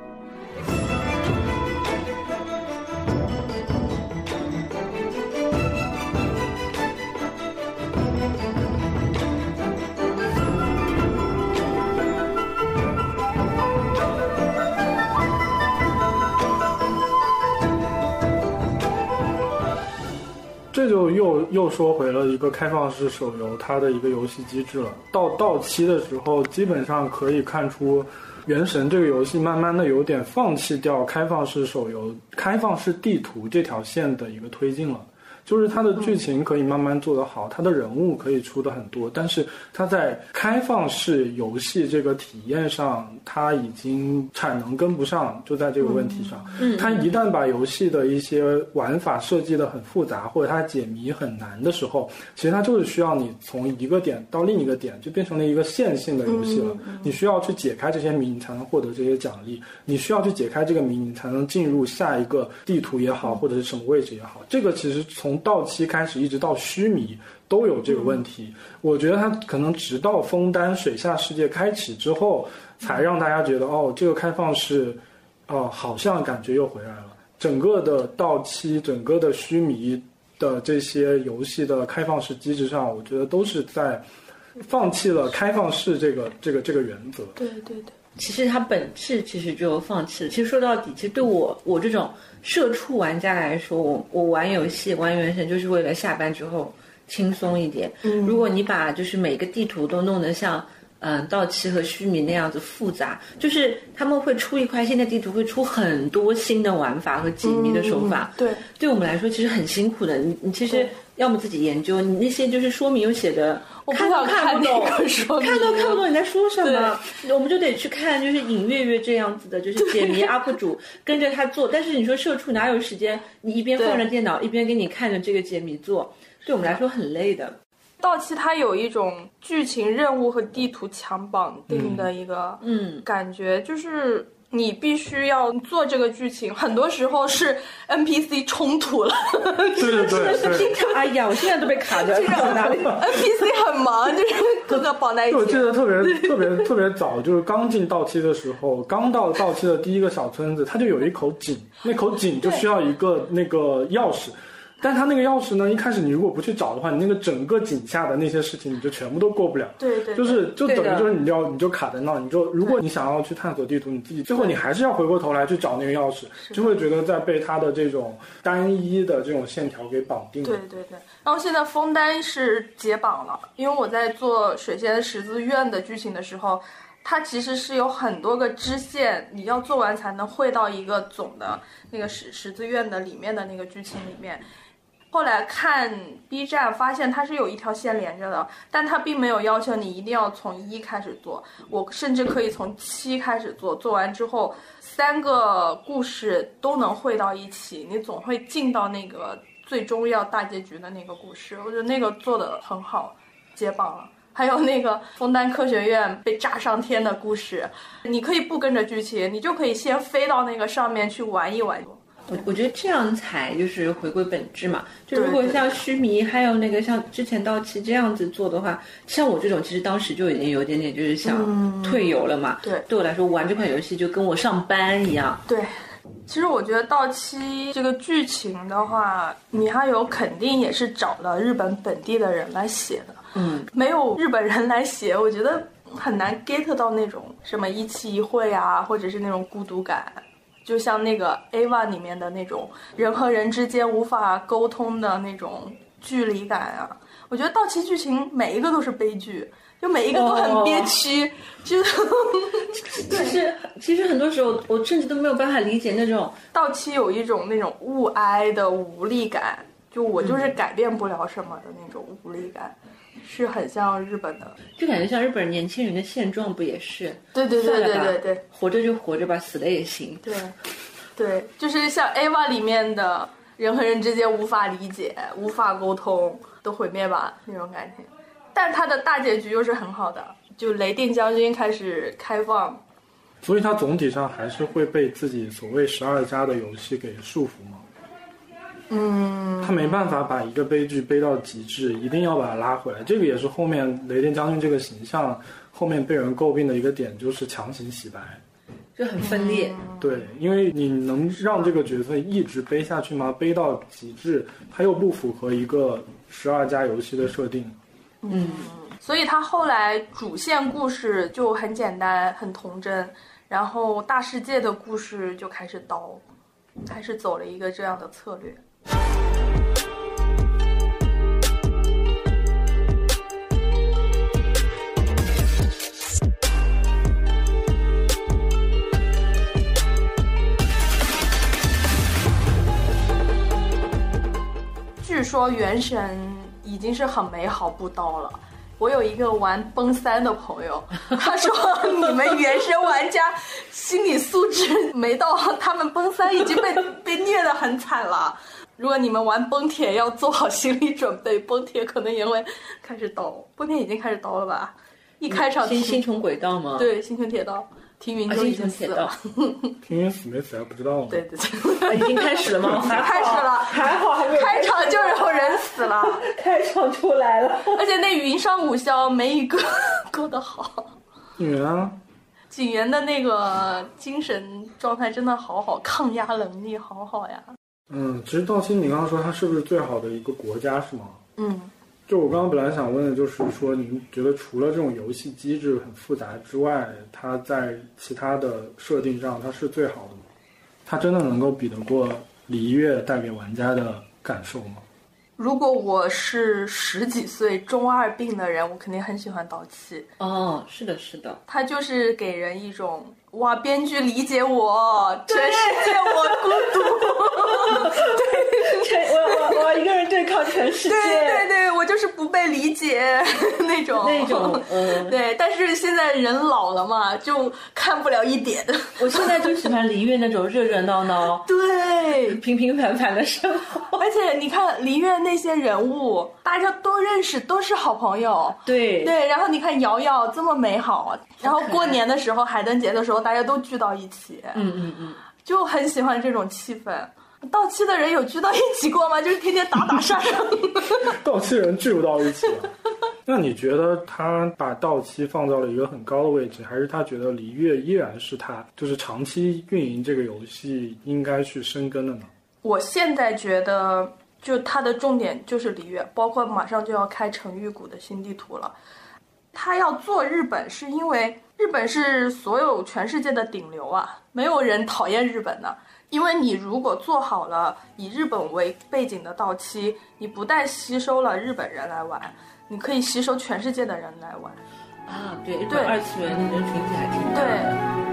这就又又说回了一个开放式手游它的一个游戏机制了。到到期的时候，基本上可以看出，原神这个游戏慢慢的有点放弃掉开放式手游、开放式地图这条线的一个推进了。就是它的剧情可以慢慢做得好，它的人物可以出的很多，但是它在开放式游戏这个体验上，它已经产能跟不上，就在这个问题上。嗯，它一旦把游戏的一些玩法设计的很复杂，或者它解谜很难的时候，其实它就是需要你从一个点到另一个点，就变成了一个线性的游戏了。你需要去解开这些谜，你才能获得这些奖励；你需要去解开这个谜，你才能进入下一个地图也好，或者是什么位置也好。这个其实从到期开始一直到须弥都有这个问题。嗯、我觉得它可能直到枫丹水下世界开启之后，才让大家觉得哦，这个开放式，哦，好像感觉又回来了。整个的到期，整个的须弥的这些游戏的开放式机制上，我觉得都是在放弃了开放式这个这个这个原则。
对对对。
其实它本质其实就放弃了。其实说到底，其实对我我这种社畜玩家来说，我我玩游戏玩原神就是为了下班之后轻松一点。嗯，如果你把就是每个地图都弄得像嗯到期和须弥那样子复杂，就是他们会出一块新的地图，会出很多新的玩法和解谜的手法。
嗯、对，
对我们来说其实很辛苦的。你你其实要么自己研究，你那些就是说明有写的。看都看不懂，看都看不懂你在说什么，我们就得去看，就是尹月月这样子的，就是解谜 U P 主跟着他做。但是你说社畜哪有时间？你一边放着电脑，一边给你看着这个解谜做，对我们来说很累的。
到期它有一种剧情任务和地图强绑定的一个嗯感觉，嗯、就是你必须要做这个剧情，很多时候是 N P C 冲突了。
对对对对。
哎呀，我现在都被卡着了。哪里
？N P C 很忙，就是各个绑在一起。
我记得特别特别特别早，就是刚进到期的时候，刚到到期的第一个小村子，它就有一口井，那口井就需要一个那个钥匙。但他那个钥匙呢，一开始你如果不去找的话，你那个整个井下的那些事情你就全部都过不了。
对 对, 对，
就是就等于就是你要你就卡在那，你就如果你想要去探索地图，你自己最后你还是要回过头来去找那个钥匙，就会觉得在被他的这种单一的这种线条给绑定了。
对对对。然后现在枫丹是解绑了，因为我在做水仙十字院的剧情的时候，它其实是有很多个支线，你要做完才能汇到一个总的那个十十字院的里面的那个剧情里面。后来看 B 站发现它是有一条线连着的，但它并没有要求你一定要从一开始做，我甚至可以从七开始做，做完之后三个故事都能汇到一起，你总会进到那个最终要大结局的那个故事，我觉得那个做得很好，解绑了。还有那个枫丹科学院被炸上天的故事，你可以不跟着剧情，你就可以先飞到那个上面去玩一玩。
我我觉得这样才就是回归本质嘛。就如果像须弥还有那个像之前到期这样子做的话，像我这种其实当时就已经有点点就是想退游了嘛。
嗯、对，
对我来说玩这款游戏就跟我上班一样。
对，其实我觉得到期这个剧情的话，米哈游肯定也是找了日本本地的人来写的。
嗯，
没有日本人来写，我觉得很难 get 到那种什么一期一会啊，或者是那种孤独感。就像那个 A 一 里面的那种人和人之间无法沟通的那种距离感啊，我觉得到期剧情每一个都是悲剧，就每一个都很憋屈。哦、就
其实其实很多时候我甚至都没有办法理解那种
到期有一种那种物哀的无力感，就我就是改变不了什么的那种无力感。嗯，是很像日本的，
就感觉像日本年轻人的现状，不也是？
对对对对对对，
活着就活着吧，死了也行。
对，对，就是像 A 一 里面的人和人之间无法理解、无法沟通，都毁灭吧那种感觉。但它的大结局又是很好的，就雷电将军开始开放，
所以它总体上还是会被自己所谓十二加的游戏给束缚吗？
嗯，
他没办法把一个悲剧背到极致，一定要把它拉回来。这个也是后面雷电将军这个形象后面被人诟病的一个点，就是强行洗白，
就很分裂。
对，因为你能让这个角色一直背下去吗？背到极致，他又不符合一个十二加游戏的设定。
嗯，所以他后来主线故事就很简单，很童真，然后大世界的故事就开始刀，还是走了一个这样的策略。据说原神已经是很美好不刀了。我有一个玩崩三的朋友，他说你们原神玩家心理素质没到，他们崩三已经被被虐得很惨了。如果你们玩崩铁要做好心理准备，崩铁可能也会开始刀，崩铁已经开始刀了吧？一开场
新星穹轨道吗？
对，星穹铁道听云就已经死了。
听云死没死还不知道呢。
对对对，
已经开始了吗？
开始了，
还好还没有
开场就有人死了，
开场出来了。
而且那云上五霄没一个过得好。
景元啊，
景元的那个精神状态真的好好，抗压能力好好呀。
嗯，其实道奇你刚刚说它是不是最好的一个国家是吗？
嗯。
就我刚刚本来想问的就是说，您觉得除了这种游戏机制很复杂之外，它在其他的设定上它是最好的吗？它真的能够比得过璃月带给玩家的感受吗？
如果我是十几岁中二病的人，我肯定很喜欢刀妻。
哦，是的，是的，
它就是给人一种哇，编剧理解我，全世界我孤独。
对，我我我一个人对抗全世界。
对对对，我就是不被理解那种
那种，嗯，
对。但是现在人老了嘛，就看不了一点。
我现在就喜欢璃月那种热热闹闹，
对，
平平凡凡的生活。
而且你看璃月那些人物，大家都认识，都是好朋友。
对
对，然后你看瑶瑶这么美好，然后过年的时候、海灯节的时候，大家都聚到一起。
嗯嗯嗯，
就很喜欢这种气氛。到期的人有聚到一起过吗？就是天天打打杀杀。
到期人聚不到一起了。那你觉得他把到期放到了一个很高的位置，还是他觉得璃月依然是他就是长期运营这个游戏应该去深耕的呢？
我现在觉得，就他的重点就是璃月，包括马上就要开城玉谷的新地图了。他要做日本，是因为日本是所有全世界的顶流啊，没有人讨厌日本的。因为你如果做好了以日本为背景的到期，你不但吸收了日本人来玩，你可以吸收全世界的人来玩。
啊，对，日本二次元人群体还挺大的。
对。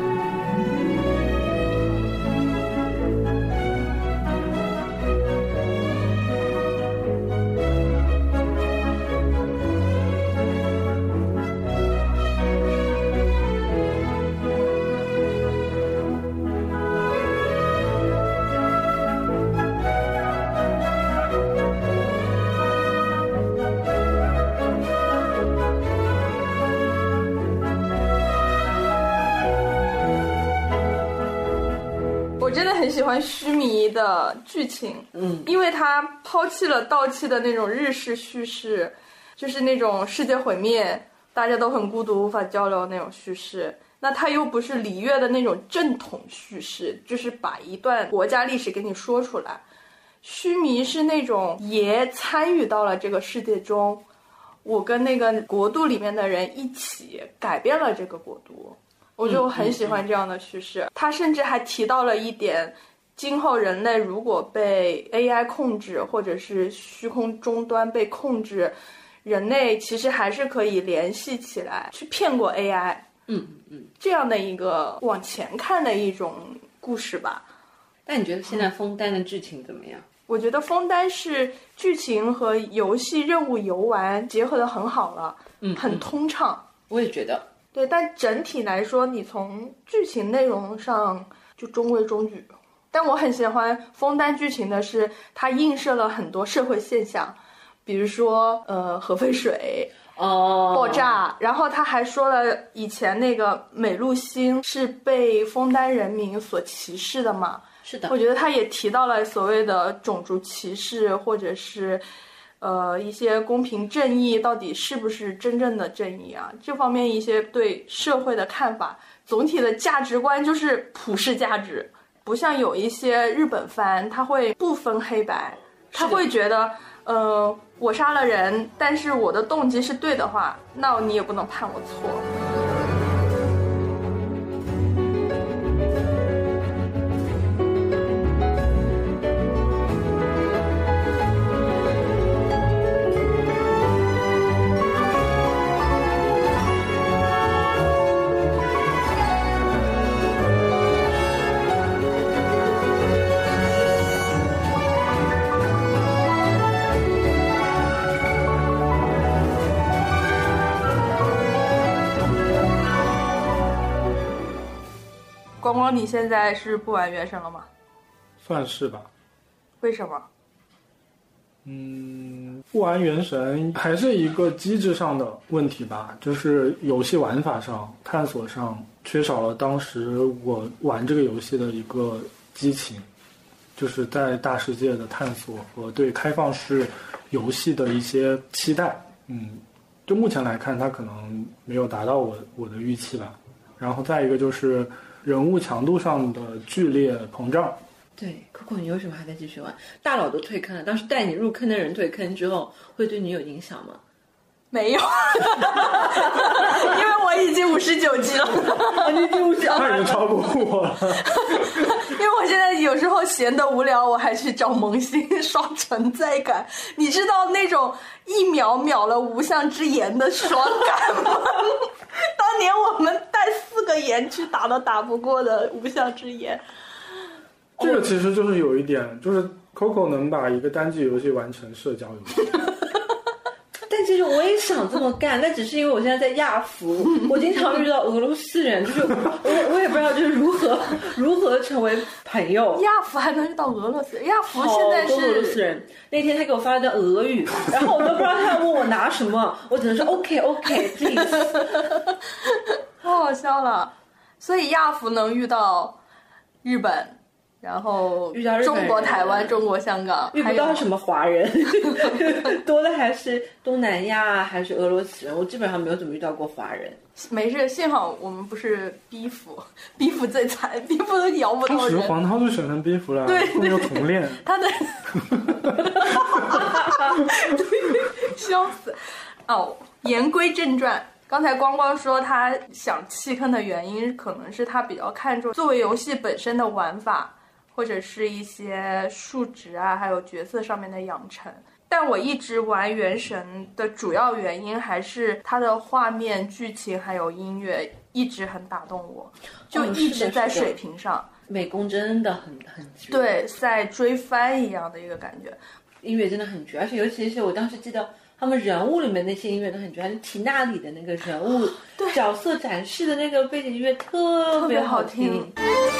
很喜欢须弥的剧情，
嗯，
因为他抛弃了道气的那种日式叙事，就是那种世界毁灭，大家都很孤独无法交流那种叙事。那他又不是璃月的那种正统叙事，就是把一段国家历史给你说出来。须弥是那种也参与到了这个世界中，我跟那个国度里面的人一起改变了这个国度。我就很喜欢这样的叙事。他甚至还提到了一点，今后人类如果被 A I 控制，或者是虚空终端被控制，人类其实还是可以联系起来去骗过 A I。
嗯嗯，
这样的一个往前看的一种故事吧。
那你觉得现在枫丹的剧情怎么样？
我觉得枫丹是剧情和游戏任务游玩结合得很好了，
嗯，
很通畅。
我也觉得。
对，但整体来说，你从剧情内容上就中规中矩。但我很喜欢枫丹剧情的是，它映射了很多社会现象，比如说呃核废水
哦
爆炸，然后他还说了以前那个美陆星是被枫丹人民所歧视的嘛。
是的，
我觉得他也提到了所谓的种族歧视，或者是呃，一些公平正义到底是不是真正的正义啊？这方面一些对社会的看法，总体的价值观就是普世价值，不像有一些日本番，他会不分黑白，他会觉得，呃，我杀了人，但是我的动机是对的话，那你也不能判我错。光光，你现在是不玩原神了吗？
算是吧。
为什么？
嗯，不玩原神还是一个机制上的问题吧，就是游戏玩法上、探索上缺少了当时我玩这个游戏的一个激情，就是在大世界的探索和对开放式游戏的一些期待。嗯，就目前来看，它可能没有达到我我的预期吧。然后再一个就是人物强度上的剧烈膨胀。
对 Coco 你为什么还在继续玩？大佬都退坑了，当时带你入坑的人退坑之后会对你有影响吗？
没有因为我已经五十九级了
你已经五十九
他已经超过我了
因为我现在有时候闲得无聊，我还去找萌新刷存在感。你知道那种一秒秒了无相之炎的爽感吗当年我们带四个炎去打都打不过的无相之炎。
这个其实就是有一点，就是 Coco 能把一个单机游戏玩成社交游戏
但其实我也想这么干，但只是因为我现在在亚服，我经常遇到俄罗斯人，就是我我也不知道就是如何如何成为朋友。
亚服还能遇到俄罗斯人？亚服现在是
好多俄罗斯人。那天他给我发了段俄语，然后我都不知道他要问我拿什么，我只能说 OK OK please
太好笑了。所以亚服能遇到日本，然后
遇到日本人
中国台湾、中国香港，
遇不到什么华人多的还是东南亚还是俄罗斯人，我基本上没有怎么遇到过华人。
没事，幸好我们不是逼服，逼服最惨，逼服都摇不到人。
当时黄涛就选成逼服了，
对
后面又重练
他的笑死。哦，言归正传，刚才光光说他想弃坑的原因可能是他比较看重作为游戏本身的玩法，或者是一些数值啊还有角色上面的养成。但我一直玩原神的主要原因还是它的画面、剧情还有音乐一直很打动我，就一直在水平上，
哦、美工真的很很绝，
对，在追番一样的一个感觉。
音乐真的很绝，而且尤其是我当时记得他们人物里面那些音乐都很绝，还是缇娜里的那个人物角色展示的那个背景音乐特别好听。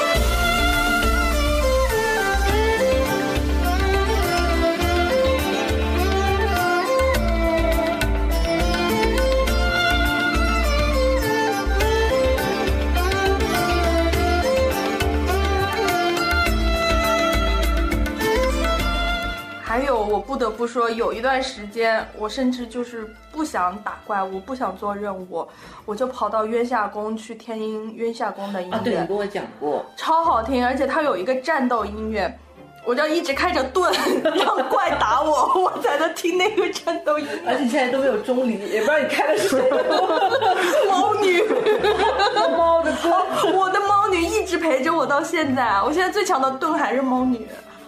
还有我不得不说，有一段时间我甚至就是不想打怪物，不想做任务，我就跑到渊夏宫去听渊夏宫的音乐。
啊，对，你跟我讲过，
超好听，而且它有一个战斗音乐，我就一直开着盾让怪打我，我才能听那个战斗音乐。
而且你现在都没有钟离，也不知道你开的是谁
猫女
猫的盾、
哦、我的猫女一直陪着我到现在，我现在最强的盾还是猫女。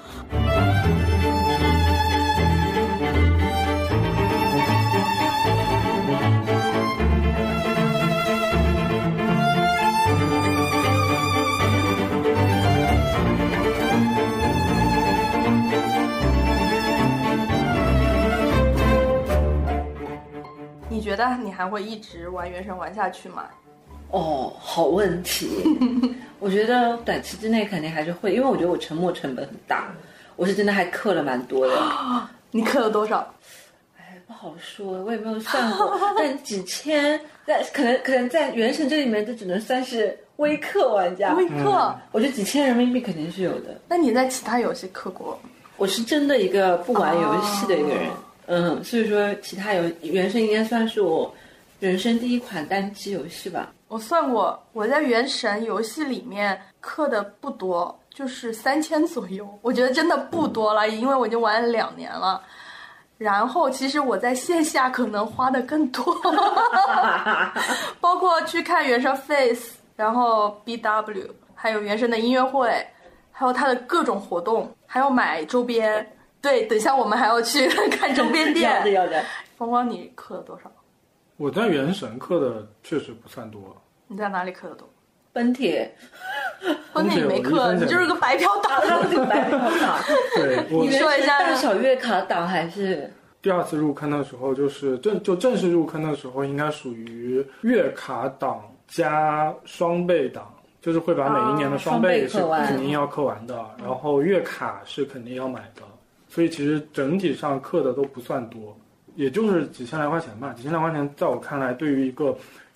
你觉得你还会一直玩原神玩下去吗？
哦，好问题。我觉得短期之内肯定还是会，因为我觉得我沉没成本很大，我是真的还氪了蛮多的。
你氪了多少？
哎，不好说，我也没有算过，但几千，但可能可能在原神这里面，这只能算是微氪玩家。
微氪、嗯，
我觉得几千人民币肯定是有的。
那你在其他游戏氪过？
我是真的一个不玩游戏的一个人。哦嗯，所以说其他游原神应该算是我人生第一款单机游戏吧。
我算过，我在原神游戏里面氪的不多，就是三千左右，我觉得真的不多了，因为我已经玩了两年了。然后其实我在线下可能花的更多包括去看原神 Face， 然后 B W， 还有原神的音乐会，还有它的各种活动，还要买周边。对，等一下我们还要去看周边店。
要的要的。
光光你氪了多少？
我在原神氪的确实不算多。
你在哪里氪的多？
奔铁。
奔铁你没氪，你就是个白嫖党。
他是个白嫖党。
对，
你说一下。
大小月卡党还是？
第二次入坑的时候，就是正就正式入坑的时候，应该属于月卡党加双倍党。就是会把每一年的双倍是肯定要氪完的，哦、然后月卡是肯定要买的，所以其实整体上氪的都不算多，也就是几千来块钱吧。几千来块钱在我看来，对于一个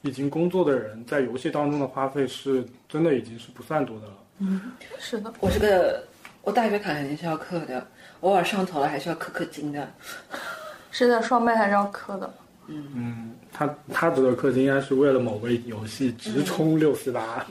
已经工作的人在游戏当中的花费是真的已经是不算多的了。
嗯，是的，
我这个我大学卡肯定是要氪的，偶尔上头了还是要氪氪金的。
是的，双倍还是要氪的。
嗯
嗯，他他值得氪金应该是为了某个游戏直冲六四八。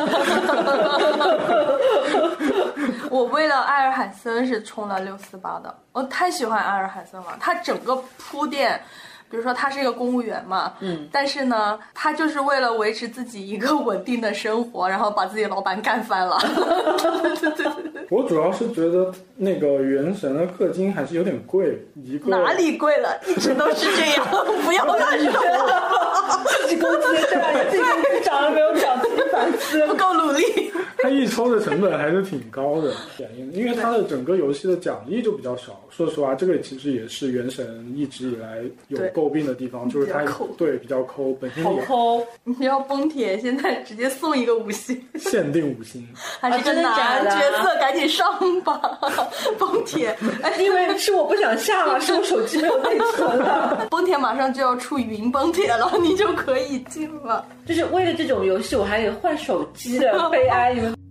我为了艾尔海森是充了六四八的，我太喜欢艾尔海森了，他整个铺垫。比如说他是一个公务员嘛，
嗯，
但是呢，他就是为了维持自己一个稳定的生活，然后把自己老板干翻了。对对对，
我主要是觉得那个原神的氪金还是有点贵，一个
哪里贵了？一直都是这样，不要乱说。
自己工资对，自己工资涨了没有涨，自己反思，
不够努力。
它一抽的成本还是挺高的，因为它的整个游戏的奖励就比较少。说实话，这个其实也是原神一直以来有诟病的地方，就是它对比较抠，本身也
抠。
你知道崩铁现在直接送一个五星，
限定五星，
还是个男角色，赶紧上吧，崩铁。
哎，因为是我不想下了，是我手机没有内存了。
崩铁马上就要出云崩铁了，你就可以进了。
就是为了这种游戏，我还得换手机的悲哀，你们。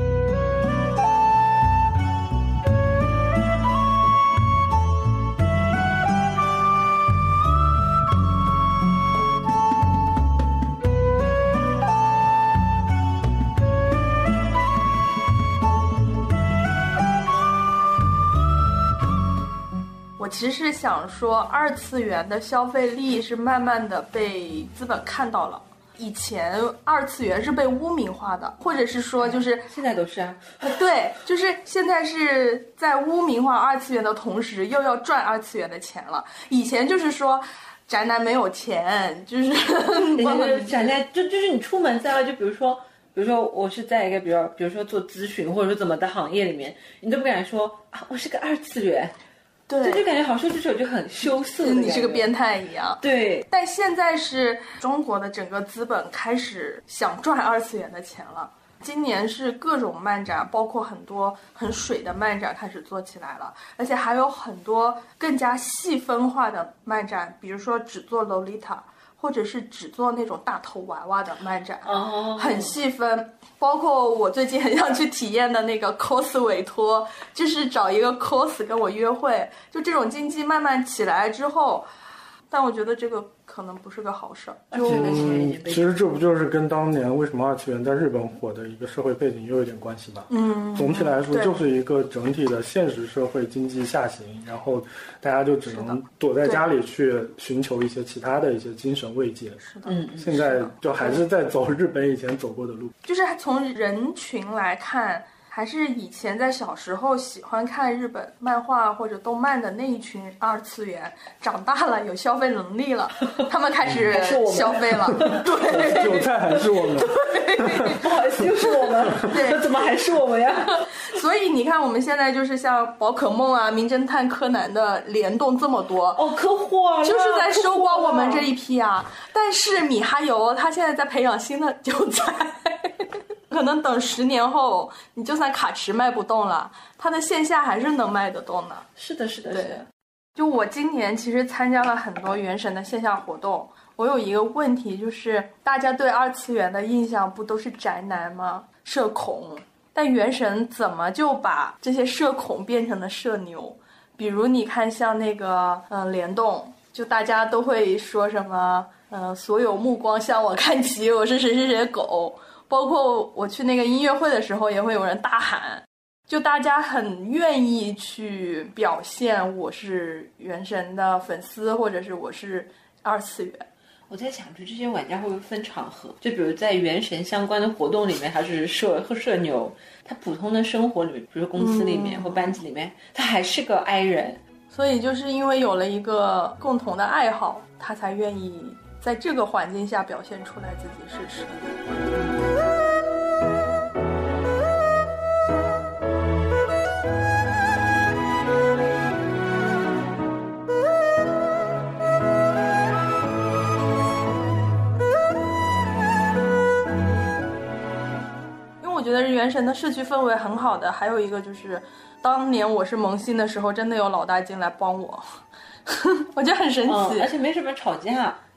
我其实是想说，二次元的消费力是慢慢的被资本看到了。以前二次元是被污名化的，或者是说就是
现在都是啊，
对，就是现在是在污名化二次元的同时，又要赚二次元的钱了。以前就是说宅男没有钱，就是
宅男就就是你出门在外，就比如说。比如说我是在一个比如比如说做咨询或者说怎么的行业里面，你都不敢说啊我是个二次元，
对，
就感觉好像说这种就很羞涩的，
你是个变态一样。
对，
但现在是中国的整个资本开始想赚二次元的钱了。今年是各种漫展，包括很多很水的漫展开始做起来了，而且还有很多更加细分化的漫展，比如说只做 Lolita。或者是只做那种大头娃娃的漫展，
哦，
很细分。包括我最近很想去体验的那个 cos 委托，就是找一个 cos 跟我约会。就这种经济慢慢起来之后，但我觉得这个可能不是个好事儿。
就
嗯，其实这不就是跟当年为什么二次元在日本火的一个社会背景又有点关系吧？
嗯，
总体来说就是一个整体的现实社会经济下行，然后大家就只能躲在家里去寻求一些其他的一些精神慰藉。
是的，
嗯，
现在就还是在走日本以前走过的路。
就是从人群来看，还是以前在小时候喜欢看日本漫画或者动漫的那一群二次元，长大了有消费能力了，他们开始消费了。对，
韭菜还是我们。
不好意思，又是我们。
对，
怎么还是我们呀？
所以你看，我们现在就是像宝可梦啊、名侦探柯南的联动这么多，
哦，可火了，
就是在收刮我们这一批啊。但是米哈游他现在在培养新的韭菜。可能等十年后，你就算卡池卖不动了，它的线下还是能卖得动的。
是的，是的，是的。
就我今年其实参加了很多原神的线下活动，我有一个问题，就是大家对二次元的印象不都是宅男吗？社恐。但原神怎么就把这些社恐变成了社牛？比如你看像那个嗯联动，就大家都会说什么嗯、呃、所有目光向我看齐，我是谁谁谁的狗。包括我去那个音乐会的时候，也会有人大喊，就大家很愿意去表现我是原神的粉丝，或者是我是二次元。
我在想，就这些玩家会不会分场合？就比如在原神相关的活动里面，他是社和社牛；他普通的生活里面，比如公司里面、嗯、或班级里面，他还是个 I 人。
所以就是因为有了一个共同的爱好，他才愿意在这个环境下表现出来自己是社牛。我觉得原神的社区氛围很好的，还有一个就是当年我是萌新的时候，真的有老大进来帮我，我觉得很神奇、
嗯、而且没什么吵架，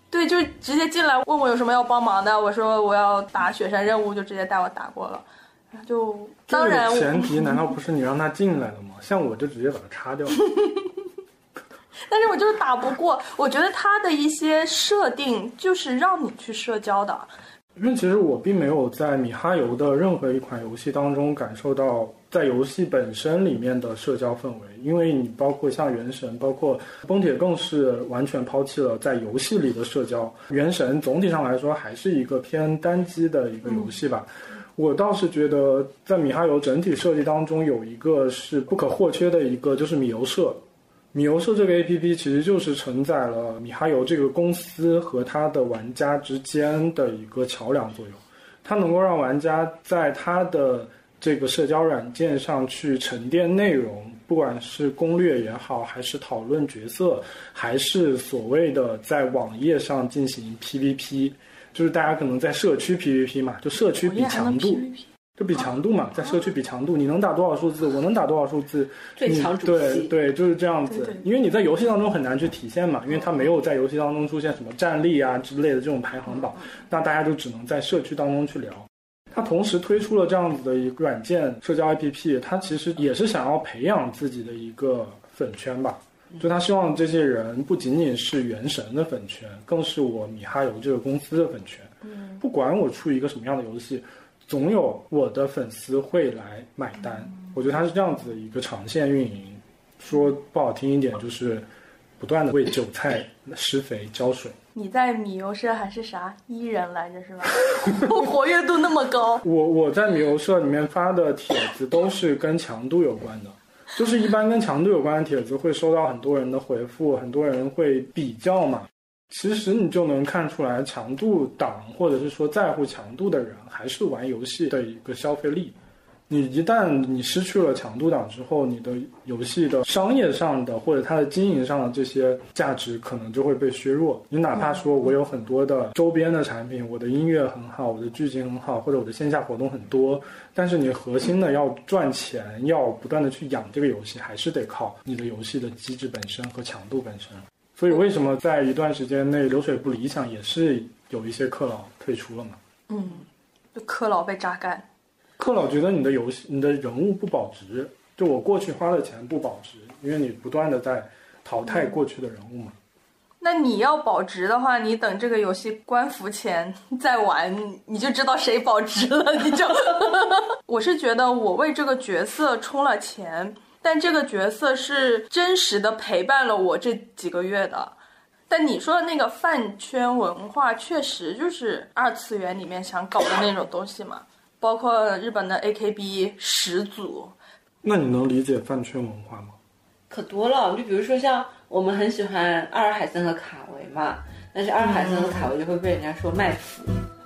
对，就直接进来问我有什么要帮忙的，我说我要打雪山任务，就直接带我打过了。就当然
前提难道不是你让他进来的吗？像我就直接把他插掉了。
但是我就是打不过，我觉得他的一些设定就是让你去社交的。
因为其实我并没有在米哈游的任何一款游戏当中感受到在游戏本身里面的社交氛围，因为你包括像原神，包括崩铁更是完全抛弃了在游戏里的社交。原神总体上来说还是一个偏单机的一个游戏吧。嗯，我倒是觉得在米哈游整体设计当中有一个是不可或缺的一个，就是米游社。米游社这个 A P P 其实就是承载了米哈游这个公司和它的玩家之间的一个桥梁作用，它能够让玩家在它的这个社交软件上去沉淀内容，不管是攻略也好，还是讨论角色，还是所谓的在网页上进行 P V P， 就是大家可能在社区 P V P 嘛，就社区比强度，就比强度嘛，在社区比强度，你能打多少数字，我能打多少数字，
最强主
对对，就是这样子。
对对，
因为你在游戏当中很难去体现嘛，因为它没有在游戏当中出现什么战力啊之类的这种排行榜，那大家就只能在社区当中去聊。它同时推出了这样子的一个软件社交 A P P， 它其实也是想要培养自己的一个粉圈吧。就他希望这些人不仅仅是原神的粉圈，更是我米哈游这个公司的粉圈。不管我出一个什么样的游戏，总有我的粉丝会来买单。我觉得它是这样子的一个长线运营，说不好听一点就是不断的为韭菜施肥浇水。
你在米游社还是啥伊人来着是吧？活跃度那么高。
我我在米游社里面发的帖子都是跟强度有关的，就是一般跟强度有关的帖子会收到很多人的回复，很多人会比较嘛。其实你就能看出来，强度党或者是说在乎强度的人，还是玩游戏的一个消费力。你一旦你失去了强度党之后，你的游戏的商业上的或者它的经营上的这些价值可能就会被削弱。你哪怕说我有很多的周边的产品，我的音乐很好，我的剧情很好，或者我的线下活动很多，但是你核心的要赚钱，要不断的去养这个游戏，还是得靠你的游戏的机制本身和强度本身。所以为什么在一段时间内流水不理想，也是有一些氪佬退出了嘛。
嗯，就氪佬被榨干。
氪佬觉得你的游戏、你的人物不保值，就我过去花的钱不保值，因为你不断的在淘汰过去的人物嘛。
那你要保值的话，你等这个游戏关服前再玩，你就知道谁保值了。你就，我是觉得我为这个角色充了钱，但这个角色是真实的陪伴了我这几个月的。但你说的那个饭圈文化，确实就是二次元里面想搞的那种东西嘛。包括日本的 A K B 始祖。
那你能理解饭圈文化吗？
可多了，就比如说像我们很喜欢阿尔海森和卡维嘛，但是阿尔海森和卡维就会被人家说卖腐。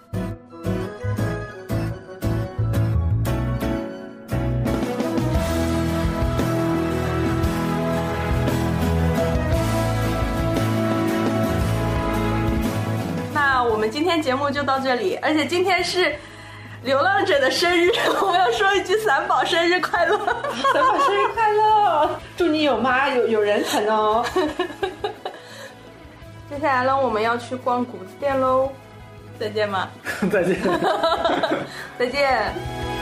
那我们今天节目就到这里，而且今天是流浪者的生日，我们要说一句三宝生日快乐。
三宝生日快乐，祝你有妈有有人疼哦。
接下来呢，我们要去逛谷子店喽，再见嘛。
再见。
再见。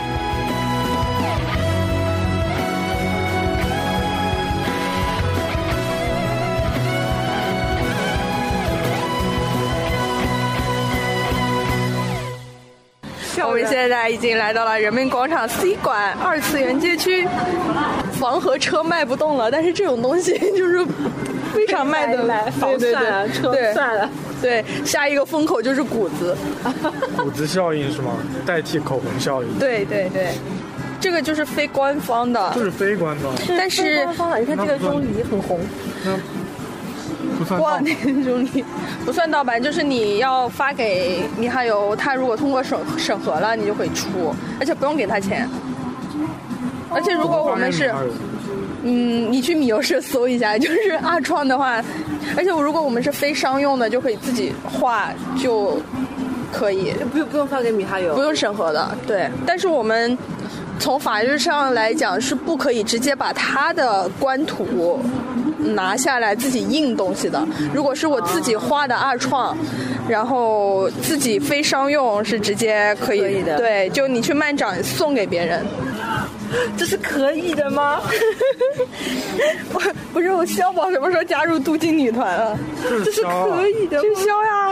我们现在已经来到了人民广场 C 馆二次元街区，房和车卖不动了，但是这种东西就是非常卖的来，
房算了，车算了。
对，下一个风口就是谷子。
谷子效应是吗？代替口红效应。
对对对，这个就是非官方的，
就是非官方，
但是
非官方的，你看这个钟离很红。
嗯，不算
哇，那种你不算盗版，就是你要发给米哈游，他如果通过审审核了，你就可以出，而且不用给他钱。而且如果我们是，嗯，你去米游社搜一下，就是二创的话，而且如果我们是非商用的，就可以自己画就可以，
不用不用发给米哈游，
不用审核的。对，但是我们从法律上来讲是不可以直接把他的官图拿下来自己印东西的。如果是我自己画的二创，然后自己非商用是直接可以,
可以的。
对，就你去漫展送给别人。
这是可以的吗？
不不是，我肖宝什么时候加入镀金女团了？
这是
可以的吗？
就肖呀。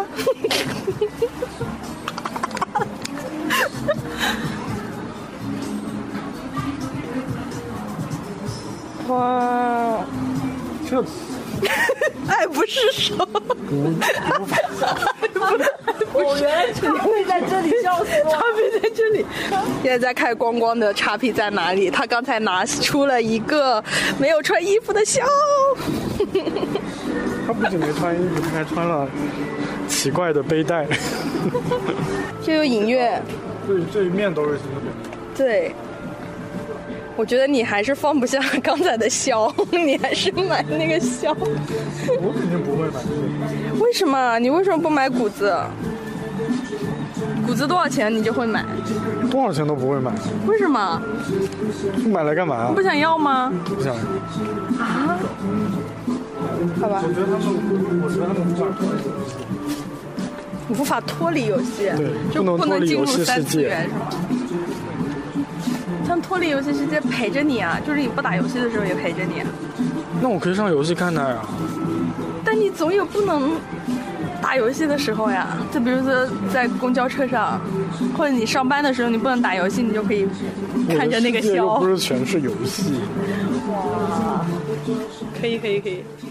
哇，
这
爱不释手。
无无法。
我原来叉 P 在这里，笑死我！
叉 P 在这里。现在在看光光的叉 P 在哪里？他刚才拿出了一个没有穿衣服的笑。
他不仅没穿衣服，他还穿了奇怪的背带。
这有隐约。
这这一面都是新的背带。
对。我觉得你还是放不下刚才的箫，你还是买那个箫。
我肯定不会买这个。
为什么？你为什么不买谷子？谷子多少钱你就会买？
多少钱都不会买。
为什么？
买来干嘛？
不想要吗？
不想。
啊？好吧。
我觉得他们，我觉得他们无法脱离游戏。
无法脱离游戏。
对，
就不能进入
不能脱离游戏
三
世界
次元是吗？他们脱离游戏世界陪着你啊，就是你不打游戏的时候也陪着你啊。
那我可以上游戏看他呀。
但你总有不能打游戏的时候呀，就比如说在公交车上，或者你上班的时候，你不能打游戏，你就可以看着那个
我的世界又
箫。
不是全是游戏。
哇，可以可以可以。